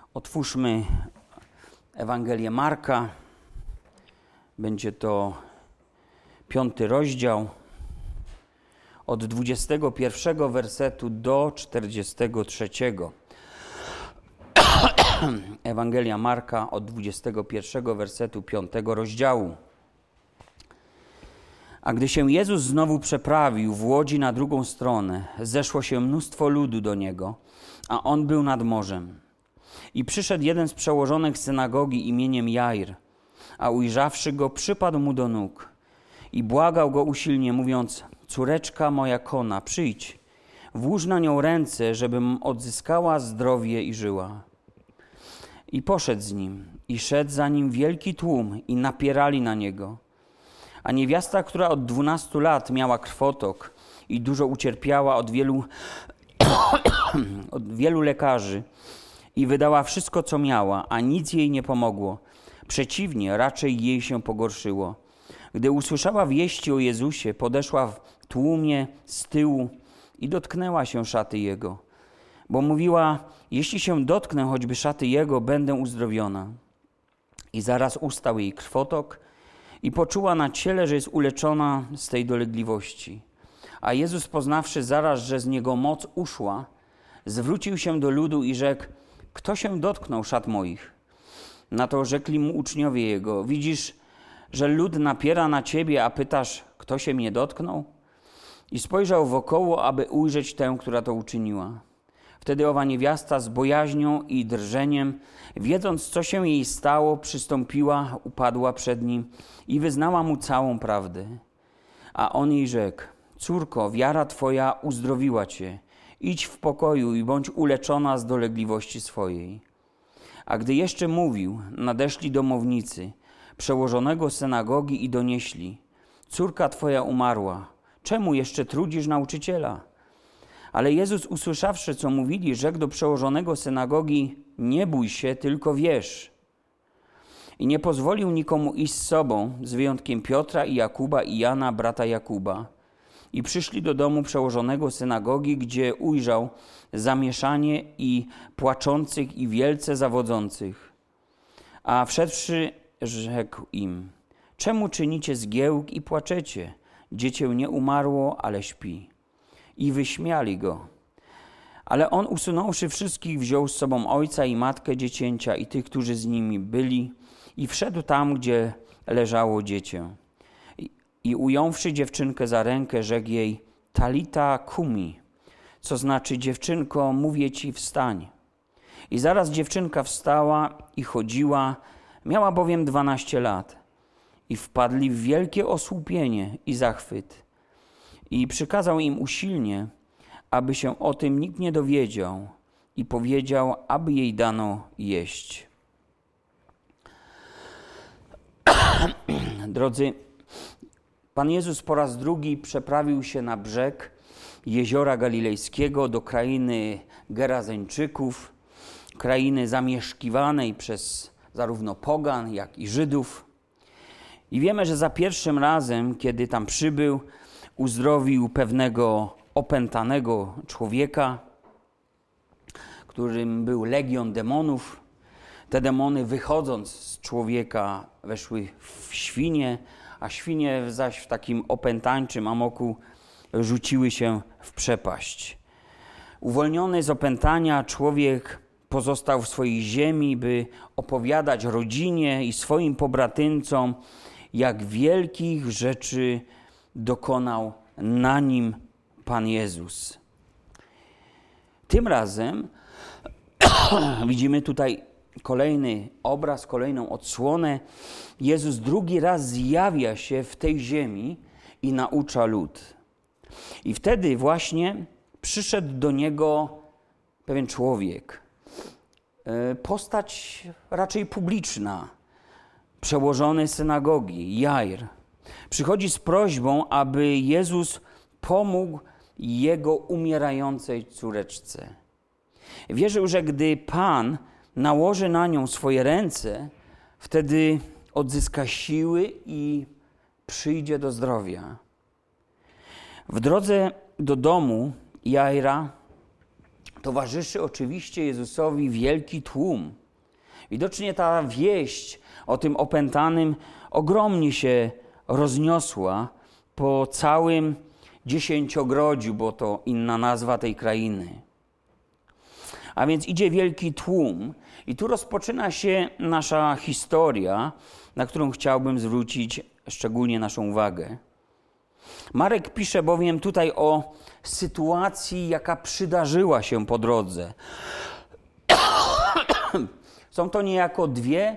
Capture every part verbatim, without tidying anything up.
Otwórzmy Ewangelię Marka. Będzie to piąty rozdział od dwudziestego pierwszego wersetu do czterdziestego trzeciego. Ewangelia Marka od dwudziestego pierwszego wersetu piątego rozdziału. A gdy się Jezus znowu przeprawił w łodzi na drugą stronę, zeszło się mnóstwo ludu do Niego, a On był nad morzem. I przyszedł jeden z przełożonych synagogi imieniem Jair, a ujrzawszy Go, przypadł Mu do nóg i błagał Go usilnie, mówiąc: córeczka moja kona, przyjdź, włóż na nią ręce, żebym odzyskała zdrowie i żyła. I poszedł z nim, i szedł za nim wielki tłum, i napierali na Niego. A niewiasta, która od dwunastu lat miała krwotok i dużo ucierpiała od wielu, od wielu lekarzy i wydała wszystko, co miała, a nic jej nie pomogło. Przeciwnie, raczej jej się pogorszyło. Gdy usłyszała wieści o Jezusie, podeszła w tłumie z tyłu i dotknęła się szaty Jego. Bo mówiła: jeśli się dotknę choćby szaty Jego, będę uzdrowiona. I zaraz ustał jej krwotok i poczuła na ciele, że jest uleczona z tej dolegliwości. A Jezus, poznawszy zaraz, że z Niego moc uszła, zwrócił się do ludu i rzekł: kto się dotknął szat moich? Na to rzekli Mu uczniowie Jego: widzisz, że lud napiera na Ciebie, a pytasz, kto się mnie dotknął? I spojrzał wokoło, aby ujrzeć tę, która to uczyniła. Wtedy owa niewiasta z bojaźnią i drżeniem, wiedząc, co się jej stało, przystąpiła, upadła przed Nim i wyznała Mu całą prawdę. A On jej rzekł: córko, wiara Twoja uzdrowiła Cię. Idź w pokoju i bądź uleczona z dolegliwości swojej. A gdy jeszcze mówił, nadeszli domownicy przełożonego synagogi i donieśli: córka Twoja umarła, czemu jeszcze trudzisz nauczyciela? Ale Jezus, usłyszawszy, co mówili, rzekł do przełożonego synagogi: nie bój się, tylko wierz. I nie pozwolił nikomu iść z sobą, z wyjątkiem Piotra i Jakuba i Jana, brata Jakuba. I przyszli do domu przełożonego synagogi, gdzie ujrzał zamieszanie i płaczących i wielce zawodzących. A wszedłszy, rzekł im: czemu czynicie zgiełk i płaczecie? Dziecię nie umarło, ale śpi. I wyśmiali go. Ale on, usunąwszy wszystkich, wziął z sobą ojca i matkę dziecięcia i tych, którzy z nimi byli, i wszedł tam, gdzie leżało dziecię. I ująwszy dziewczynkę za rękę, rzekł jej: talita kumi, co znaczy: dziewczynko, mówię ci, wstań. I zaraz dziewczynka wstała i chodziła, miała bowiem dwanaście lat. I wpadli w wielkie osłupienie i zachwyt. I przykazał im usilnie, aby się o tym nikt nie dowiedział, i powiedział, aby jej dano jeść. Drodzy, Pan Jezus po raz drugi przeprawił się na brzeg jeziora galilejskiego do krainy Gerazeńczyków, krainy zamieszkiwanej przez zarówno pogan, jak i Żydów. I wiemy, że za pierwszym razem, kiedy tam przybył, uzdrowił pewnego opętanego człowieka, którym był legion demonów. Te demony, wychodząc z człowieka, weszły w świnie, a świnie zaś w takim opętańczym amoku rzuciły się w przepaść. Uwolniony z opętania, człowiek pozostał w swojej ziemi, by opowiadać rodzinie i swoim pobratyńcom, jak wielkich rzeczy dokonał na nim Pan Jezus. Tym razem widzimy tutaj kolejny obraz, kolejną odsłonę. Jezus drugi raz zjawia się w tej ziemi i naucza lud. I wtedy właśnie przyszedł do Niego pewien człowiek. Postać raczej publiczna, przełożony synagogi, Jair. Przychodzi z prośbą, aby Jezus pomógł jego umierającej córeczce. Wierzył, że gdy Pan nałoży na nią swoje ręce, wtedy odzyska siły i przyjdzie do zdrowia. W drodze do domu Jaira towarzyszy oczywiście Jezusowi wielki tłum. Widocznie ta wieść o tym opętanym ogromnie się rozniosła po całym dziesięciogrodziu, bo to inna nazwa tej krainy. A więc idzie wielki tłum i tu rozpoczyna się nasza historia, na którą chciałbym zwrócić szczególnie naszą uwagę. Marek pisze bowiem tutaj o sytuacji, jaka przydarzyła się po drodze. Są to niejako dwie,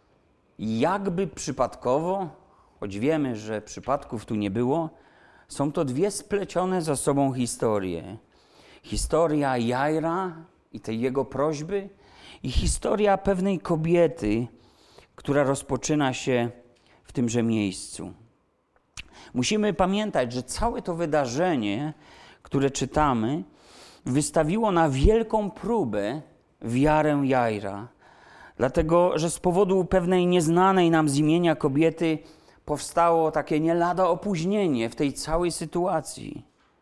jakby przypadkowo, choć wiemy, że przypadków tu nie było, są to dwie splecione ze sobą historie. Historia Jaira i tej jego prośby i historia pewnej kobiety, która rozpoczyna się w tymże miejscu. Musimy pamiętać, że całe to wydarzenie, które czytamy, wystawiło na wielką próbę wiarę Jaira. Dlatego, że z powodu pewnej nieznanej nam z imienia kobiety powstało takie nie lada opóźnienie w tej całej sytuacji.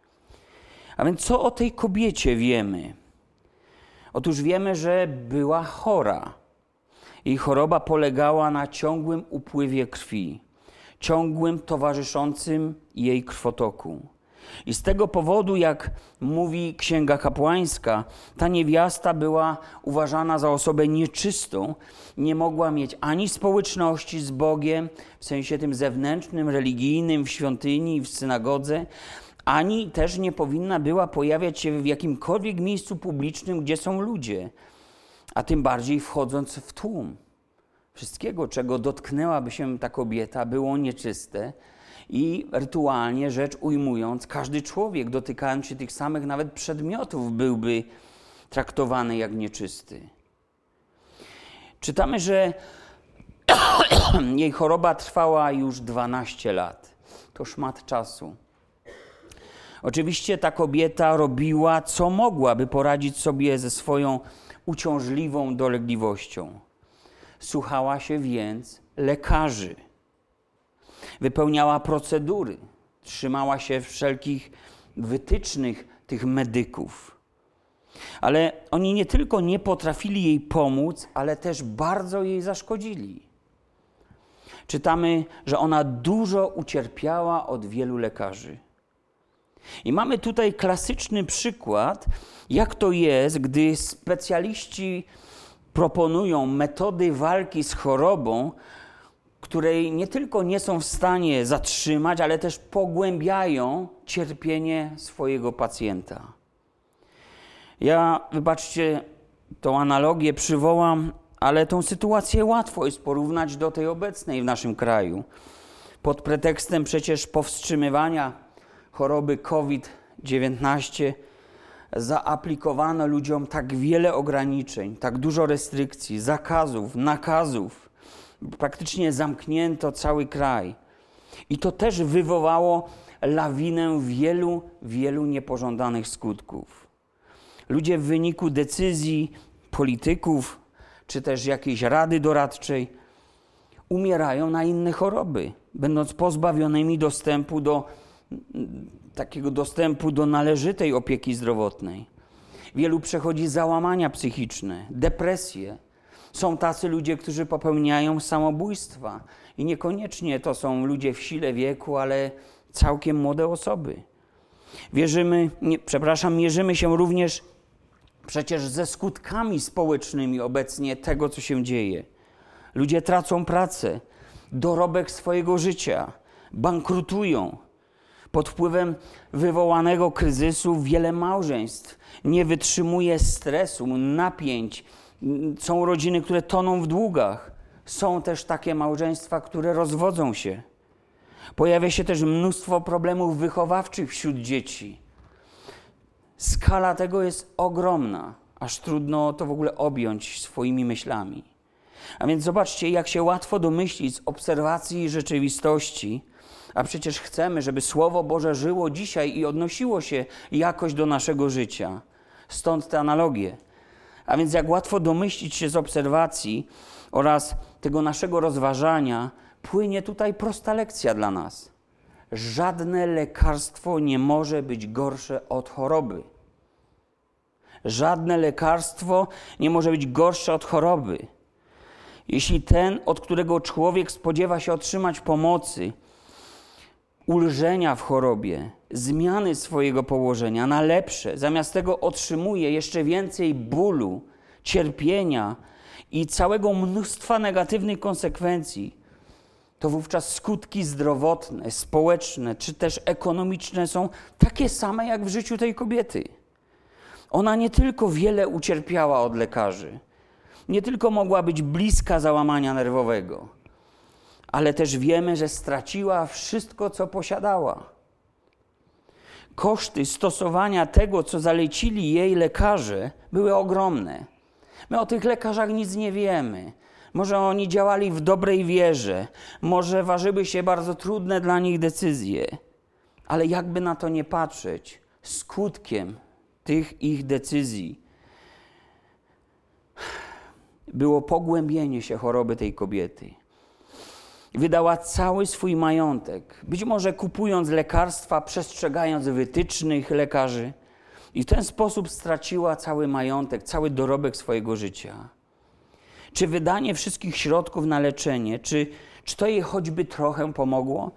A więc co o tej kobiecie wiemy? Otóż wiemy, że była chora. Jej choroba polegała na ciągłym upływie krwi, ciągłym towarzyszącym jej krwotoku. I z tego powodu, jak mówi Księga Kapłańska, ta niewiasta była uważana za osobę nieczystą, nie mogła mieć ani społeczności z Bogiem, w sensie tym zewnętrznym, religijnym, w świątyni, w synagodze, ani też nie powinna była pojawiać się w jakimkolwiek miejscu publicznym, gdzie są ludzie, a tym bardziej wchodząc w tłum. Wszystkiego, czego dotknęłaby się ta kobieta, było nieczyste i rytualnie rzecz ujmując, każdy człowiek dotykając się tych samych nawet przedmiotów byłby traktowany jak nieczysty. Czytamy, że jej choroba trwała już dwanaście lat. To szmat czasu. Oczywiście ta kobieta robiła, co mogła, by poradzić sobie ze swoją uciążliwą dolegliwością. Słuchała się więc lekarzy. Wypełniała procedury. Trzymała się wszelkich wytycznych tych medyków. Ale oni nie tylko nie potrafili jej pomóc, ale też bardzo jej zaszkodzili. Czytamy, że ona dużo ucierpiała od wielu lekarzy. I mamy tutaj klasyczny przykład, jak to jest, gdy specjaliści proponują metody walki z chorobą, której nie tylko nie są w stanie zatrzymać, ale też pogłębiają cierpienie swojego pacjenta. Ja, wybaczcie, tą analogię przywołam, ale tą sytuację łatwo jest porównać do tej obecnej w naszym kraju. Pod pretekstem przecież powstrzymywania choroby kowid dziewiętnaście zaaplikowano ludziom tak wiele ograniczeń, tak dużo restrykcji, zakazów, nakazów. Praktycznie zamknięto cały kraj. I to też wywołało lawinę wielu, wielu niepożądanych skutków. Ludzie w wyniku decyzji polityków, czy też jakiejś rady doradczej, umierają na inne choroby, będąc pozbawionymi dostępu do takiego dostępu do należytej opieki zdrowotnej. Wielu przechodzi załamania psychiczne, depresje. Są tacy ludzie, którzy popełniają samobójstwa i niekoniecznie to są ludzie w sile wieku, ale całkiem młode osoby. Wierzymy, nie, przepraszam, mierzymy się również przecież ze skutkami społecznymi obecnie tego, co się dzieje. Ludzie tracą pracę, dorobek swojego życia, bankrutują. Pod wpływem wywołanego kryzysu wiele małżeństw nie wytrzymuje stresu, napięć. Są rodziny, które toną w długach. Są też takie małżeństwa, które rozwodzą się. Pojawia się też mnóstwo problemów wychowawczych wśród dzieci. Skala tego jest ogromna, aż trudno to w ogóle objąć swoimi myślami. A więc zobaczcie, jak się łatwo domyślić z obserwacji rzeczywistości, a przecież chcemy, żeby Słowo Boże żyło dzisiaj i odnosiło się jakoś do naszego życia. Stąd te analogie. A więc jak łatwo domyślić się z obserwacji oraz tego naszego rozważania, płynie tutaj prosta lekcja dla nas. Żadne lekarstwo nie może być gorsze od choroby. Żadne lekarstwo nie może być gorsze od choroby. Jeśli ten, od którego człowiek spodziewa się otrzymać pomocy, ulżenia w chorobie, zmiany swojego położenia na lepsze, zamiast tego otrzymuje jeszcze więcej bólu, cierpienia i całego mnóstwa negatywnych konsekwencji, to wówczas skutki zdrowotne, społeczne czy też ekonomiczne są takie same jak w życiu tej kobiety. Ona nie tylko wiele ucierpiała od lekarzy, nie tylko mogła być bliska załamania nerwowego, ale też wiemy, że straciła wszystko, co posiadała. Koszty stosowania tego, co zalecili jej lekarze, były ogromne. My o tych lekarzach nic nie wiemy. Może oni działali w dobrej wierze, może ważyły się bardzo trudne dla nich decyzje, ale jakby na to nie patrzeć, skutkiem tych ich decyzji było pogłębienie się choroby tej kobiety. Wydała cały swój majątek, być może kupując lekarstwa, przestrzegając wytycznych lekarzy, i w ten sposób straciła cały majątek, cały dorobek swojego życia. Czy wydanie wszystkich środków na leczenie, czy, czy to jej choćby trochę pomogło?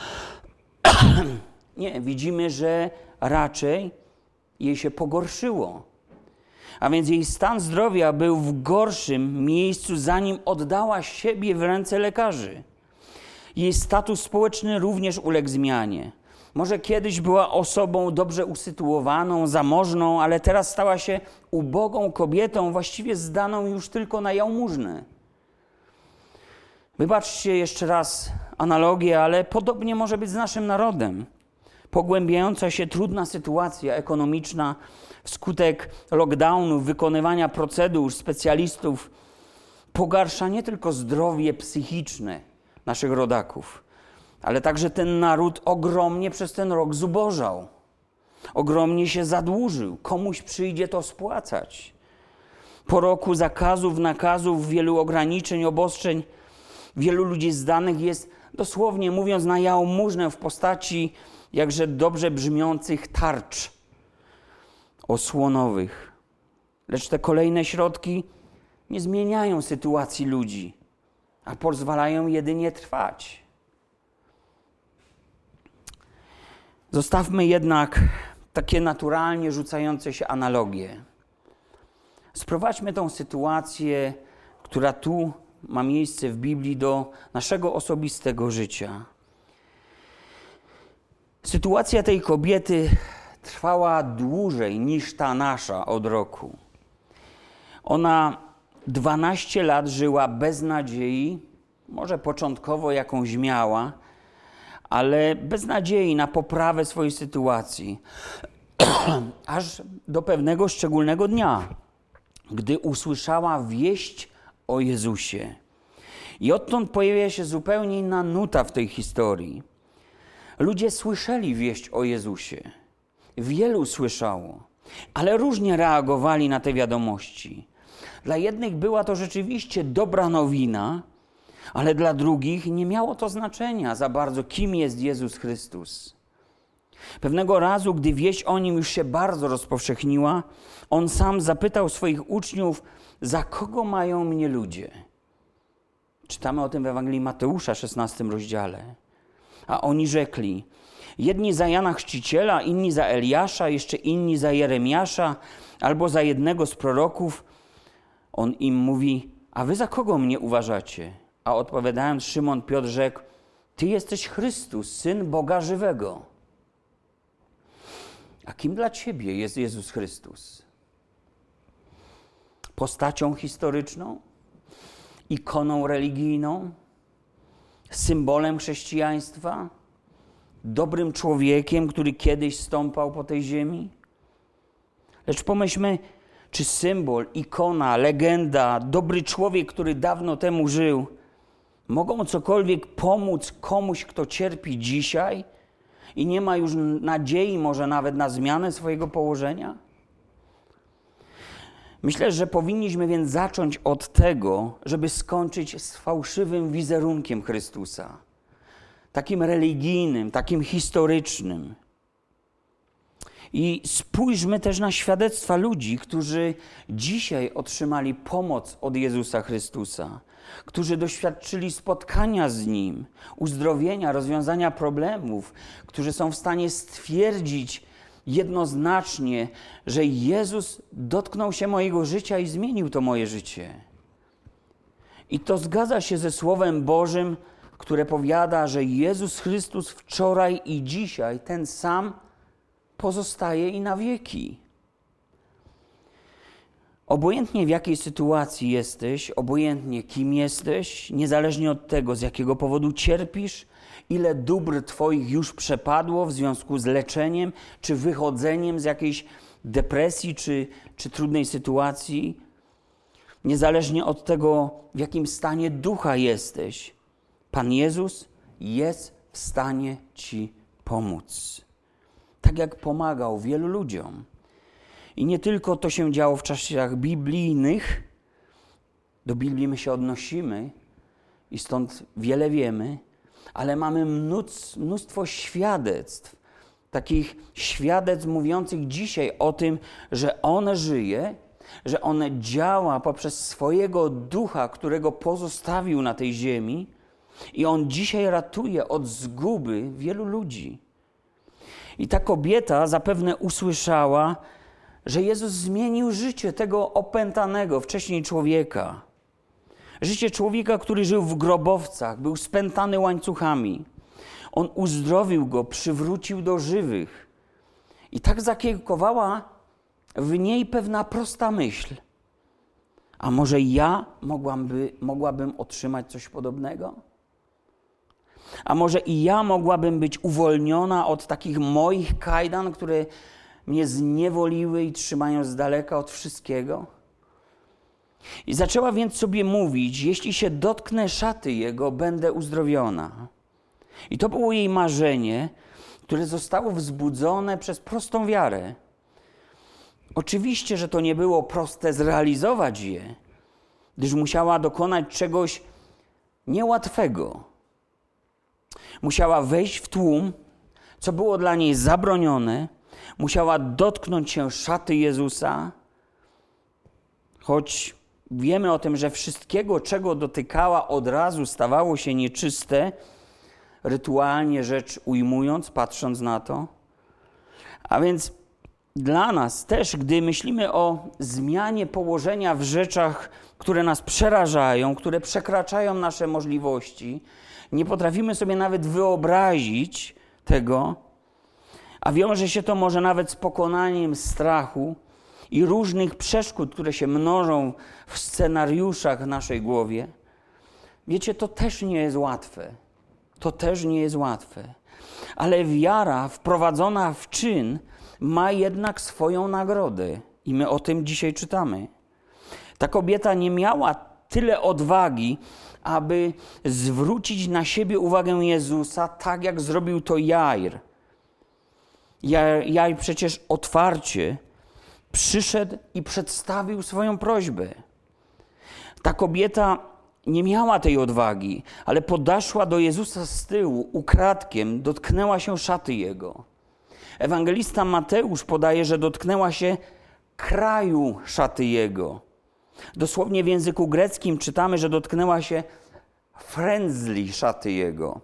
Nie, widzimy, że raczej jej się pogorszyło. A więc jej stan zdrowia był w gorszym miejscu, zanim oddała siebie w ręce lekarzy. Jej status społeczny również uległ zmianie. Może kiedyś była osobą dobrze usytuowaną, zamożną, ale teraz stała się ubogą kobietą, właściwie zdaną już tylko na jałmużnę. Wybaczcie jeszcze raz analogię, ale podobnie może być z naszym narodem. Pogłębiająca się trudna sytuacja ekonomiczna wskutek lockdownu, wykonywania procedur specjalistów pogarsza nie tylko zdrowie psychiczne naszych rodaków, ale także ten naród ogromnie przez ten rok zubożał. Ogromnie się zadłużył. Komuś przyjdzie to spłacać. Po roku zakazów, nakazów, wielu ograniczeń, obostrzeń, wielu ludzi zdanych jest, dosłownie mówiąc, na jałmużnę w postaci jakże dobrze brzmiących tarcz osłonowych. Lecz te kolejne środki nie zmieniają sytuacji ludzi, a pozwalają jedynie trwać. Zostawmy jednak takie naturalnie rzucające się analogie. Sprowadźmy tą sytuację, która tu ma miejsce w Biblii, do naszego osobistego życia. Sytuacja tej kobiety trwała dłużej niż ta nasza od roku. Ona dwanaście lat żyła bez nadziei, może początkowo jakąś miała, ale bez nadziei na poprawę swojej sytuacji. Aż do pewnego szczególnego dnia, gdy usłyszała wieść o Jezusie. I odtąd pojawia się zupełnie inna nuta w tej historii. Ludzie słyszeli wieść o Jezusie. Wielu słyszało, ale różnie reagowali na te wiadomości. Dla jednych była to rzeczywiście dobra nowina, ale dla drugich nie miało to znaczenia za bardzo, kim jest Jezus Chrystus. Pewnego razu, gdy wieść o Nim już się bardzo rozpowszechniła, On sam zapytał swoich uczniów, za kogo mają mnie ludzie? Czytamy o tym w Ewangelii Mateusza, szesnastym rozdziale. A oni rzekli, jedni za Jana Chrzciciela, inni za Eliasza, jeszcze inni za Jeremiasza, albo za jednego z proroków. On im mówi, a wy za kogo mnie uważacie? A odpowiadając, Szymon Piotr rzekł, Ty jesteś Chrystus, Syn Boga żywego. A kim dla Ciebie jest Jezus Chrystus? Postacią historyczną? Ikoną religijną? Symbolem chrześcijaństwa? Dobrym człowiekiem, który kiedyś stąpał po tej ziemi? Lecz pomyślmy, czy symbol, ikona, legenda, dobry człowiek, który dawno temu żył, mogą cokolwiek pomóc komuś, kto cierpi dzisiaj i nie ma już nadziei może nawet na zmianę swojego położenia? Myślę, że powinniśmy więc zacząć od tego, żeby skończyć z fałszywym wizerunkiem Chrystusa. Takim religijnym, takim historycznym. I spójrzmy też na świadectwa ludzi, którzy dzisiaj otrzymali pomoc od Jezusa Chrystusa, którzy doświadczyli spotkania z Nim, uzdrowienia, rozwiązania problemów, którzy są w stanie stwierdzić jednoznacznie, że Jezus dotknął się mojego życia i zmienił to moje życie. I to zgadza się ze Słowem Bożym, które powiada, że Jezus Chrystus wczoraj i dzisiaj ten sam pozostaje i na wieki. Obojętnie w jakiej sytuacji jesteś, obojętnie kim jesteś, niezależnie od tego, z jakiego powodu cierpisz, ile dóbr Twoich już przepadło w związku z leczeniem, czy wychodzeniem z jakiejś depresji, czy, czy trudnej sytuacji, niezależnie od tego, w jakim stanie ducha jesteś, Pan Jezus jest w stanie Ci pomóc. Tak jak pomagał wielu ludziom. I nie tylko to się działo w czasach biblijnych, do Biblii my się odnosimy i stąd wiele wiemy, ale mamy mnóstwo świadectw, takich świadectw mówiących dzisiaj o tym, że On żyje, że On działa poprzez swojego ducha, którego pozostawił na tej ziemi i On dzisiaj ratuje od zguby wielu ludzi. I ta kobieta zapewne usłyszała, że Jezus zmienił życie tego opętanego wcześniej człowieka. Życie człowieka, który żył w grobowcach, był spętany łańcuchami. On uzdrowił go, przywrócił do żywych. I tak zakiełkowała w niej pewna prosta myśl. A może ja mogłabym, mogłabym otrzymać coś podobnego? A może i ja mogłabym być uwolniona od takich moich kajdan, które mnie zniewoliły i trzymają z daleka od wszystkiego? I zaczęła więc sobie mówić, jeśli się dotknę szaty Jego, będę uzdrowiona. I to było jej marzenie, które zostało wzbudzone przez prostą wiarę. Oczywiście, że to nie było proste zrealizować je, gdyż musiała dokonać czegoś niełatwego. Musiała wejść w tłum, co było dla niej zabronione. Musiała dotknąć się szaty Jezusa, choć wiemy o tym, że wszystkiego, czego dotykała, od razu stawało się nieczyste, rytualnie rzecz ujmując, patrząc na to. A więc dla nas też, gdy myślimy o zmianie położenia w rzeczach, które nas przerażają, które przekraczają nasze możliwości, nie potrafimy sobie nawet wyobrazić tego, a wiąże się to może nawet z pokonaniem strachu i różnych przeszkód, które się mnożą w scenariuszach w naszej głowie. Wiecie, to też nie jest łatwe. To też nie jest łatwe. Ale wiara wprowadzona w czyn ma jednak swoją nagrodę. I my o tym dzisiaj czytamy. Ta kobieta nie miała tyle odwagi, aby zwrócić na siebie uwagę Jezusa, tak jak zrobił to Jair. Jair przecież otwarcie przyszedł i przedstawił swoją prośbę. Ta kobieta nie miała tej odwagi, ale podeszła do Jezusa z tyłu, ukradkiem, dotknęła się szaty Jego. Ewangelista Mateusz podaje, że dotknęła się kraju szaty Jego. Dosłownie w języku greckim czytamy, że dotknęła się frędzli szaty Jego.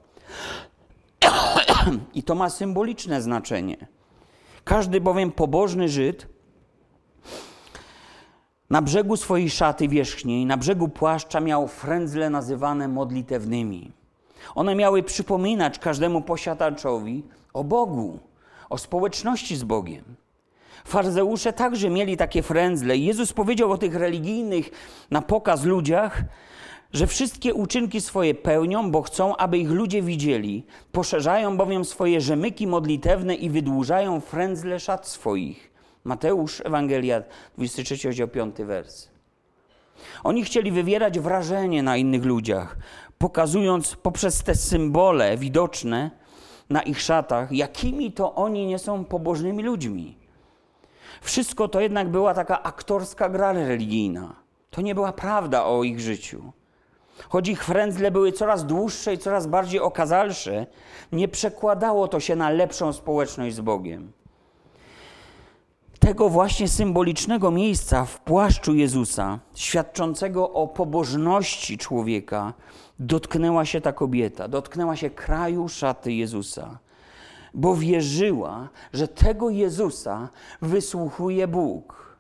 I to ma symboliczne znaczenie. Każdy bowiem pobożny Żyd na brzegu swojej szaty wierzchniej, na brzegu płaszcza miał frędzle nazywane modlitewnymi. One miały przypominać każdemu posiadaczowi o Bogu, o społeczności z Bogiem. Faryzeusze także mieli takie frędzle i Jezus powiedział o tych religijnych na pokaz ludziach, że wszystkie uczynki swoje pełnią, bo chcą, aby ich ludzie widzieli. Poszerzają bowiem swoje rzemyki modlitewne i wydłużają frędzle szat swoich. Mateusz, Ewangelia, dwudziesty trzeci rozdział, piąty wers. Oni chcieli wywierać wrażenie na innych ludziach, pokazując poprzez te symbole widoczne na ich szatach, jakimi to oni nie są pobożnymi ludźmi. Wszystko to jednak była taka aktorska gra religijna. To nie była prawda o ich życiu. Choć ich frędzle były coraz dłuższe i coraz bardziej okazalsze, nie przekładało to się na lepszą społeczność z Bogiem. tego właśnie symbolicznego miejsca w płaszczu Jezusa, świadczącego o pobożności człowieka, dotknęła się ta kobieta, dotknęła się kraju szaty Jezusa, bo wierzyła, że tego Jezusa wysłuchuje Bóg.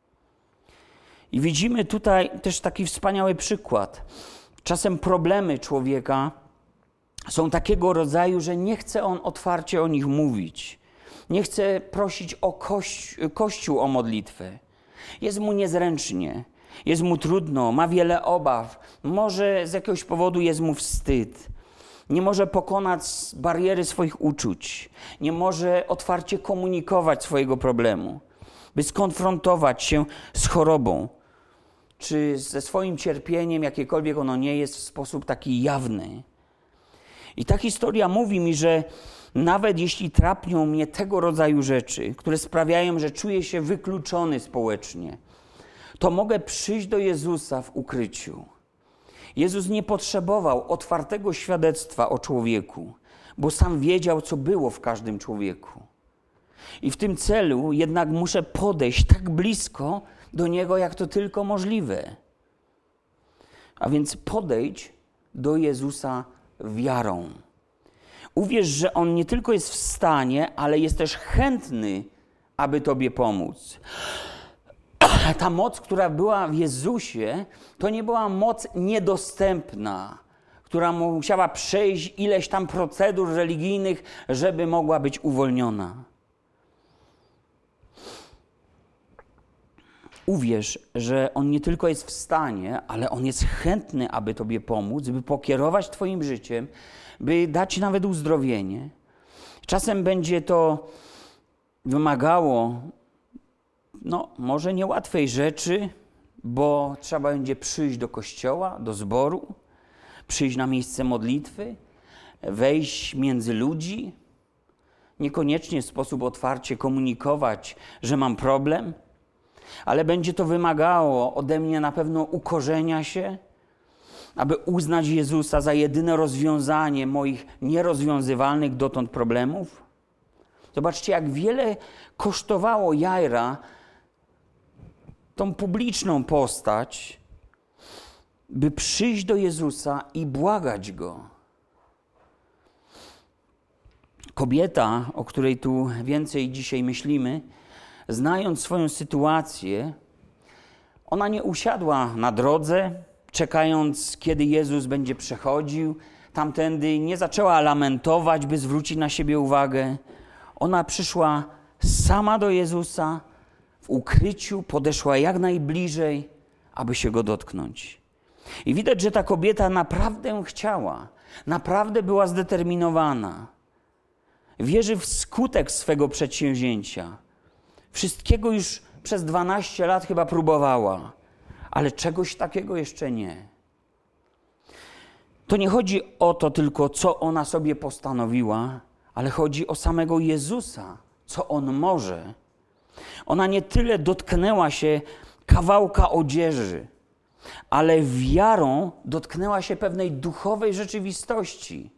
I widzimy tutaj też taki wspaniały przykład. Czasem problemy człowieka są takiego rodzaju, że nie chce on otwarcie o nich mówić. Nie chce prosić o kości- Kościół o modlitwę. Jest mu niezręcznie, jest mu trudno, ma wiele obaw. Może z jakiegoś powodu jest mu wstyd. Nie może pokonać bariery swoich uczuć. Nie może otwarcie komunikować swojego problemu, by skonfrontować się z chorobą, czy ze swoim cierpieniem, jakiekolwiek ono nie jest, w sposób taki jawny. I ta historia mówi mi, że nawet jeśli trapią mnie tego rodzaju rzeczy, które sprawiają, że czuję się wykluczony społecznie, to mogę przyjść do Jezusa w ukryciu. Jezus nie potrzebował otwartego świadectwa o człowieku, bo sam wiedział, co było w każdym człowieku. I w tym celu jednak muszę podejść tak blisko do Niego, jak to tylko możliwe. A więc podejdź do Jezusa wiarą. Uwierz, że On nie tylko jest w stanie, ale jest też chętny, aby Tobie pomóc. Ta moc, która była w Jezusie, to nie była moc niedostępna, która musiała przejść ileś tam procedur religijnych, żeby mogła być uwolniona. Uwierz, że On nie tylko jest w stanie, ale On jest chętny, aby Tobie pomóc, by pokierować Twoim życiem, by dać nawet uzdrowienie. Czasem będzie to wymagało, no może niełatwej rzeczy, bo trzeba będzie przyjść do kościoła, do zboru, przyjść na miejsce modlitwy, wejść między ludzi, niekoniecznie w sposób otwarcie komunikować, że mam problem, ale będzie to wymagało ode mnie na pewno ukorzenia się, aby uznać Jezusa za jedyne rozwiązanie moich nierozwiązywalnych dotąd problemów. Zobaczcie, jak wiele kosztowało Jaira tą publiczną postać, by przyjść do Jezusa i błagać Go. Kobieta, o której tu więcej dzisiaj myślimy, znając swoją sytuację, ona nie usiadła na drodze, czekając, kiedy Jezus będzie przechodził tamtędy, nie zaczęła lamentować, by zwrócić na siebie uwagę. Ona przyszła sama do Jezusa, w ukryciu, podeszła jak najbliżej, aby się Go dotknąć. I widać, że ta kobieta naprawdę chciała, naprawdę była zdeterminowana. Wierzy w skutek swego przedsięwzięcia. Wszystkiego już przez dwanaście lat chyba próbowała, ale czegoś takiego jeszcze nie. To nie chodzi o to tylko, co ona sobie postanowiła, ale chodzi o samego Jezusa, co On może. Ona nie tyle dotknęła się kawałka odzieży, ale wiarą dotknęła się pewnej duchowej rzeczywistości.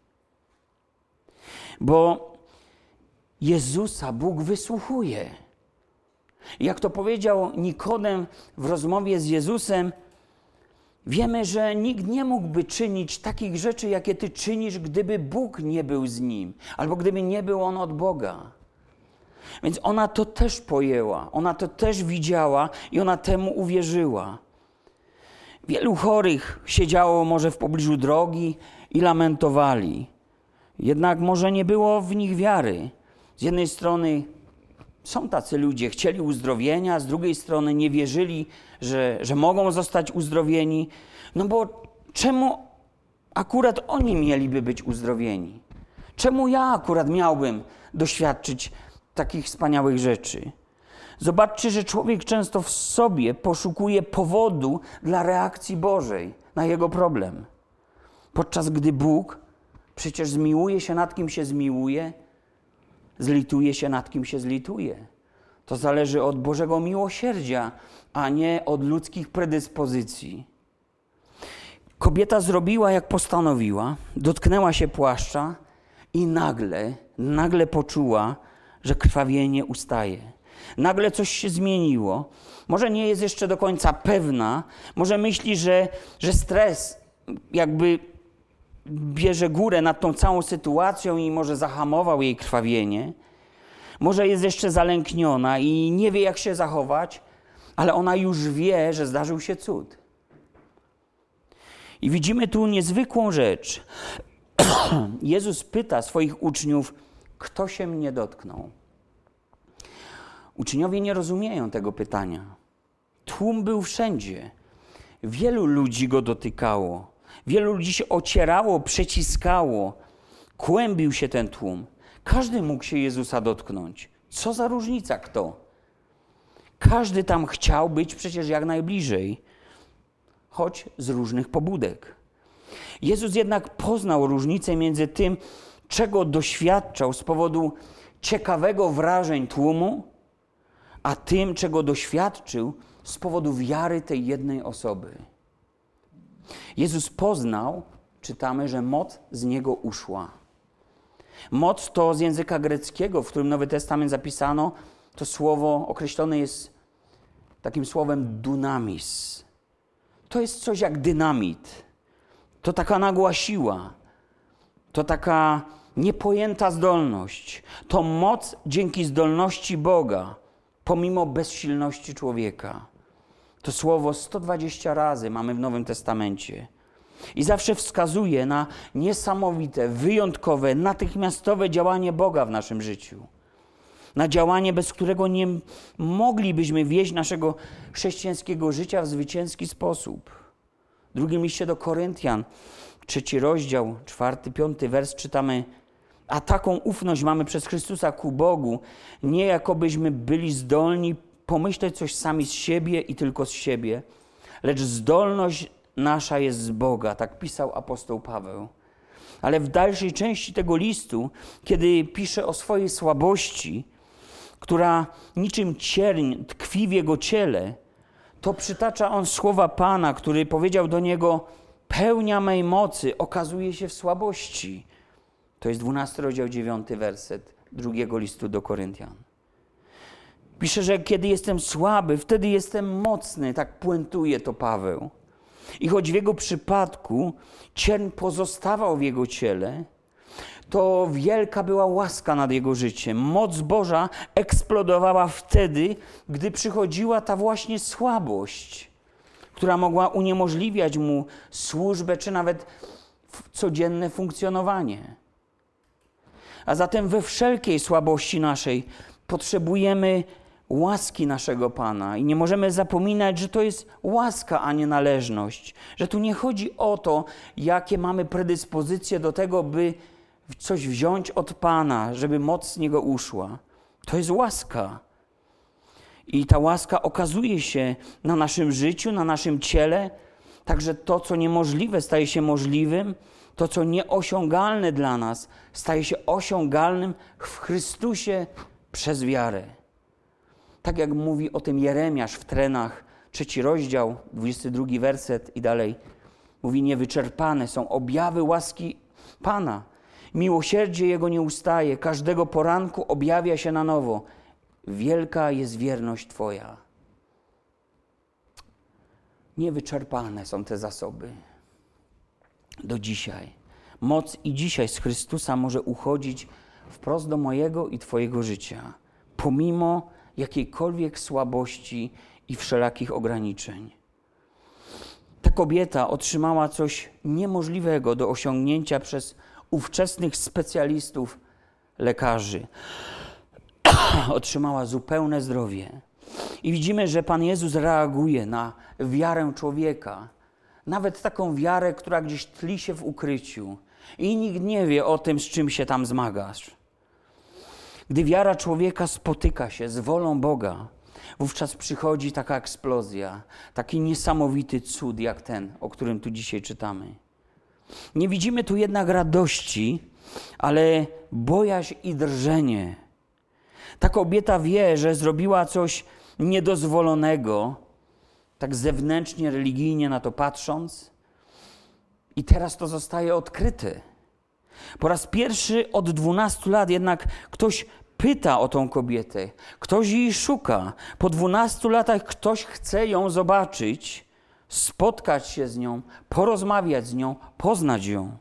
Bo Jezusa Bóg wysłuchuje. Jak to powiedział Nikodem w rozmowie z Jezusem, wiemy, że nikt nie mógłby czynić takich rzeczy, jakie Ty czynisz, gdyby Bóg nie był z nim, albo gdyby nie był On od Boga. Więc ona to też pojęła, ona to też widziała i ona temu uwierzyła. Wielu chorych siedziało może w pobliżu drogi i lamentowali. Jednak może nie było w nich wiary. Z jednej strony są tacy ludzie, chcieli uzdrowienia, z drugiej strony nie wierzyli, że, że mogą zostać uzdrowieni. No bo czemu akurat oni mieliby być uzdrowieni? Czemu ja akurat miałbym doświadczyć takich wspaniałych rzeczy? Zobaczcie, że człowiek często w sobie poszukuje powodu dla reakcji Bożej na jego problem. Podczas gdy Bóg przecież zmiłuje się nad kim się zmiłuje, zlituje się nad kim się zlituje. To zależy od Bożego miłosierdzia, a nie od ludzkich predyspozycji. Kobieta zrobiła, jak postanowiła, dotknęła się płaszcza i nagle, nagle poczuła, że krwawienie ustaje. Nagle coś się zmieniło. Może nie jest jeszcze do końca pewna. Może myśli, że, że stres jakby bierze górę nad tą całą sytuacją i może zahamował jej krwawienie. Może jest jeszcze zalękniona i nie wie, jak się zachować, ale ona już wie, że zdarzył się cud. I widzimy tu niezwykłą rzecz. Jezus pyta swoich uczniów, kto się mnie dotknął? Uczniowie nie rozumieją tego pytania. Tłum był wszędzie. Wielu ludzi go dotykało. Wielu ludzi się ocierało, przeciskało. Kłębił się ten tłum. Każdy mógł się Jezusa dotknąć. Co za różnica kto? Każdy tam chciał być przecież jak najbliżej, choć z różnych pobudek. Jezus jednak poznał różnicę między tym, czego doświadczał z powodu ciekawego wrażeń tłumu, a tym, czego doświadczył z powodu wiary tej jednej osoby. Jezus poznał, czytamy, że moc z Niego uszła. Moc to z języka greckiego, w którym Nowy Testament zapisano, to słowo określone jest takim słowem dunamis. To jest coś jak dynamit. To taka nagła siła. To taka niepojęta zdolność. To moc dzięki zdolności Boga, pomimo bezsilności człowieka. To słowo sto dwadzieścia razy mamy w Nowym Testamencie. I zawsze wskazuje na niesamowite, wyjątkowe, natychmiastowe działanie Boga w naszym życiu. Na działanie, bez którego nie moglibyśmy wieść naszego chrześcijańskiego życia w zwycięski sposób. W drugim liście do Koryntian, trzeci rozdział, czwarty, piąty wers czytamy: a taką ufność mamy przez Chrystusa ku Bogu, nie jakobyśmy byli zdolni pomyśleć coś sami z siebie i tylko z siebie, lecz zdolność nasza jest z Boga, tak pisał apostoł Paweł. Ale w dalszej części tego listu, kiedy pisze o swojej słabości, która niczym cierń tkwi w jego ciele, to przytacza on słowa Pana, który powiedział do niego: pełnia mej mocy okazuje się w słabości. To jest dwunasty rozdział, dziewiąty werset drugiego listu do Koryntian. Pisze, że kiedy jestem słaby, wtedy jestem mocny, tak puentuje to Paweł. I choć w jego przypadku cierń pozostawał w jego ciele, to wielka była łaska nad jego życiem. Moc Boża eksplodowała wtedy, gdy przychodziła ta właśnie słabość, która mogła uniemożliwiać mu służbę, czy nawet codzienne funkcjonowanie. A zatem we wszelkiej słabości naszej potrzebujemy łaski naszego Pana. I nie możemy zapominać, że to jest łaska, a nie należność. Że tu nie chodzi o to, jakie mamy predyspozycje do tego, by coś wziąć od Pana, żeby moc z Niego uszła. To jest łaska. I ta łaska okazuje się na naszym życiu, na naszym ciele. Także to, co niemożliwe, staje się możliwym. To, co nieosiągalne dla nas, staje się osiągalnym w Chrystusie przez wiarę. Tak jak mówi o tym Jeremiasz w Trenach, trzeci rozdział, dwudziesty drugi werset i dalej. Mówi: niewyczerpane są objawy łaski Pana. Miłosierdzie Jego nie ustaje, każdego poranku objawia się na nowo. Wielka jest wierność Twoja. Niewyczerpane są te zasoby. Do dzisiaj. Moc i dzisiaj z Chrystusa może uchodzić wprost do mojego i Twojego życia, pomimo jakiejkolwiek słabości i wszelakich ograniczeń. Ta kobieta otrzymała coś niemożliwego do osiągnięcia przez ówczesnych specjalistów, lekarzy. Otrzymała zupełne zdrowie. I widzimy, że Pan Jezus reaguje na wiarę człowieka. Nawet taką wiarę, która gdzieś tli się w ukryciu. I nikt nie wie o tym, z czym się tam zmagasz. Gdy wiara człowieka spotyka się z wolą Boga, wówczas przychodzi taka eksplozja, taki niesamowity cud jak ten, o którym tu dzisiaj czytamy. Nie widzimy tu jednak radości, ale bojaźń i drżenie. Ta kobieta wie, że zrobiła coś niedozwolonego, tak zewnętrznie, religijnie na to patrząc, i teraz to zostaje odkryte. Po raz pierwszy od dwunastu lat jednak ktoś pyta o tą kobietę. Ktoś jej szuka. Po dwunastu latach ktoś chce ją zobaczyć, spotkać się z nią, porozmawiać z nią, poznać ją.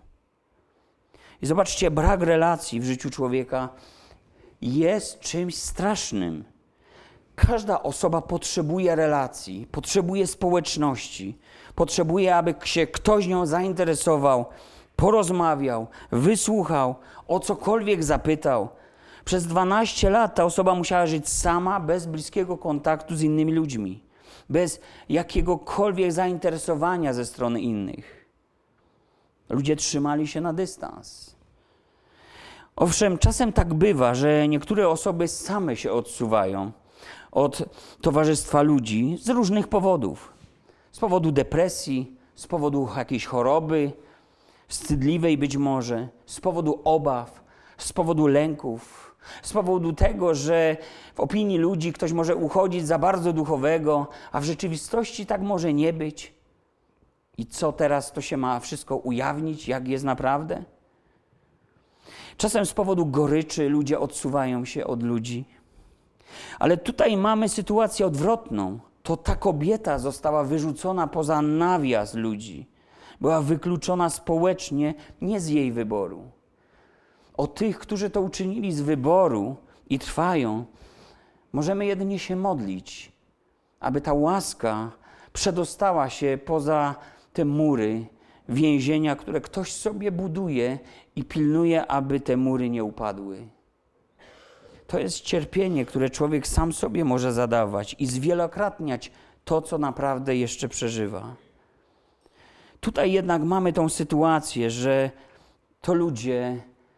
I zobaczcie, brak relacji w życiu człowieka jest czymś strasznym. Każda osoba potrzebuje relacji, potrzebuje społeczności, potrzebuje, aby się ktoś nią zainteresował, porozmawiał, wysłuchał, o cokolwiek zapytał. Przez dwanaście lat ta osoba musiała żyć sama, bez bliskiego kontaktu z innymi ludźmi, bez jakiegokolwiek zainteresowania ze strony innych. Ludzie trzymali się na dystans. Owszem, czasem tak bywa, że niektóre osoby same się odsuwają od towarzystwa ludzi z różnych powodów. Z powodu depresji, z powodu jakiejś choroby, wstydliwej być może, z powodu obaw, z powodu lęków, z powodu tego, że w opinii ludzi ktoś może uchodzić za bardzo duchowego, a w rzeczywistości tak może nie być. I co teraz to się ma wszystko ujawnić, jak jest naprawdę? Czasem z powodu goryczy ludzie odsuwają się od ludzi. Ale tutaj mamy sytuację odwrotną. To ta kobieta została wyrzucona poza nawias ludzi. Była wykluczona społecznie, nie z jej wyboru. O tych, którzy to uczynili z wyboru i trwają, możemy jedynie się modlić, aby ta łaska przedostała się poza te mury więzienia, które ktoś sobie buduje i pilnuje, aby te mury nie upadły. To jest cierpienie, które człowiek sam sobie może zadawać i zwielokrotniać to, co naprawdę jeszcze przeżywa. Tutaj jednak mamy tą sytuację, że to ludzie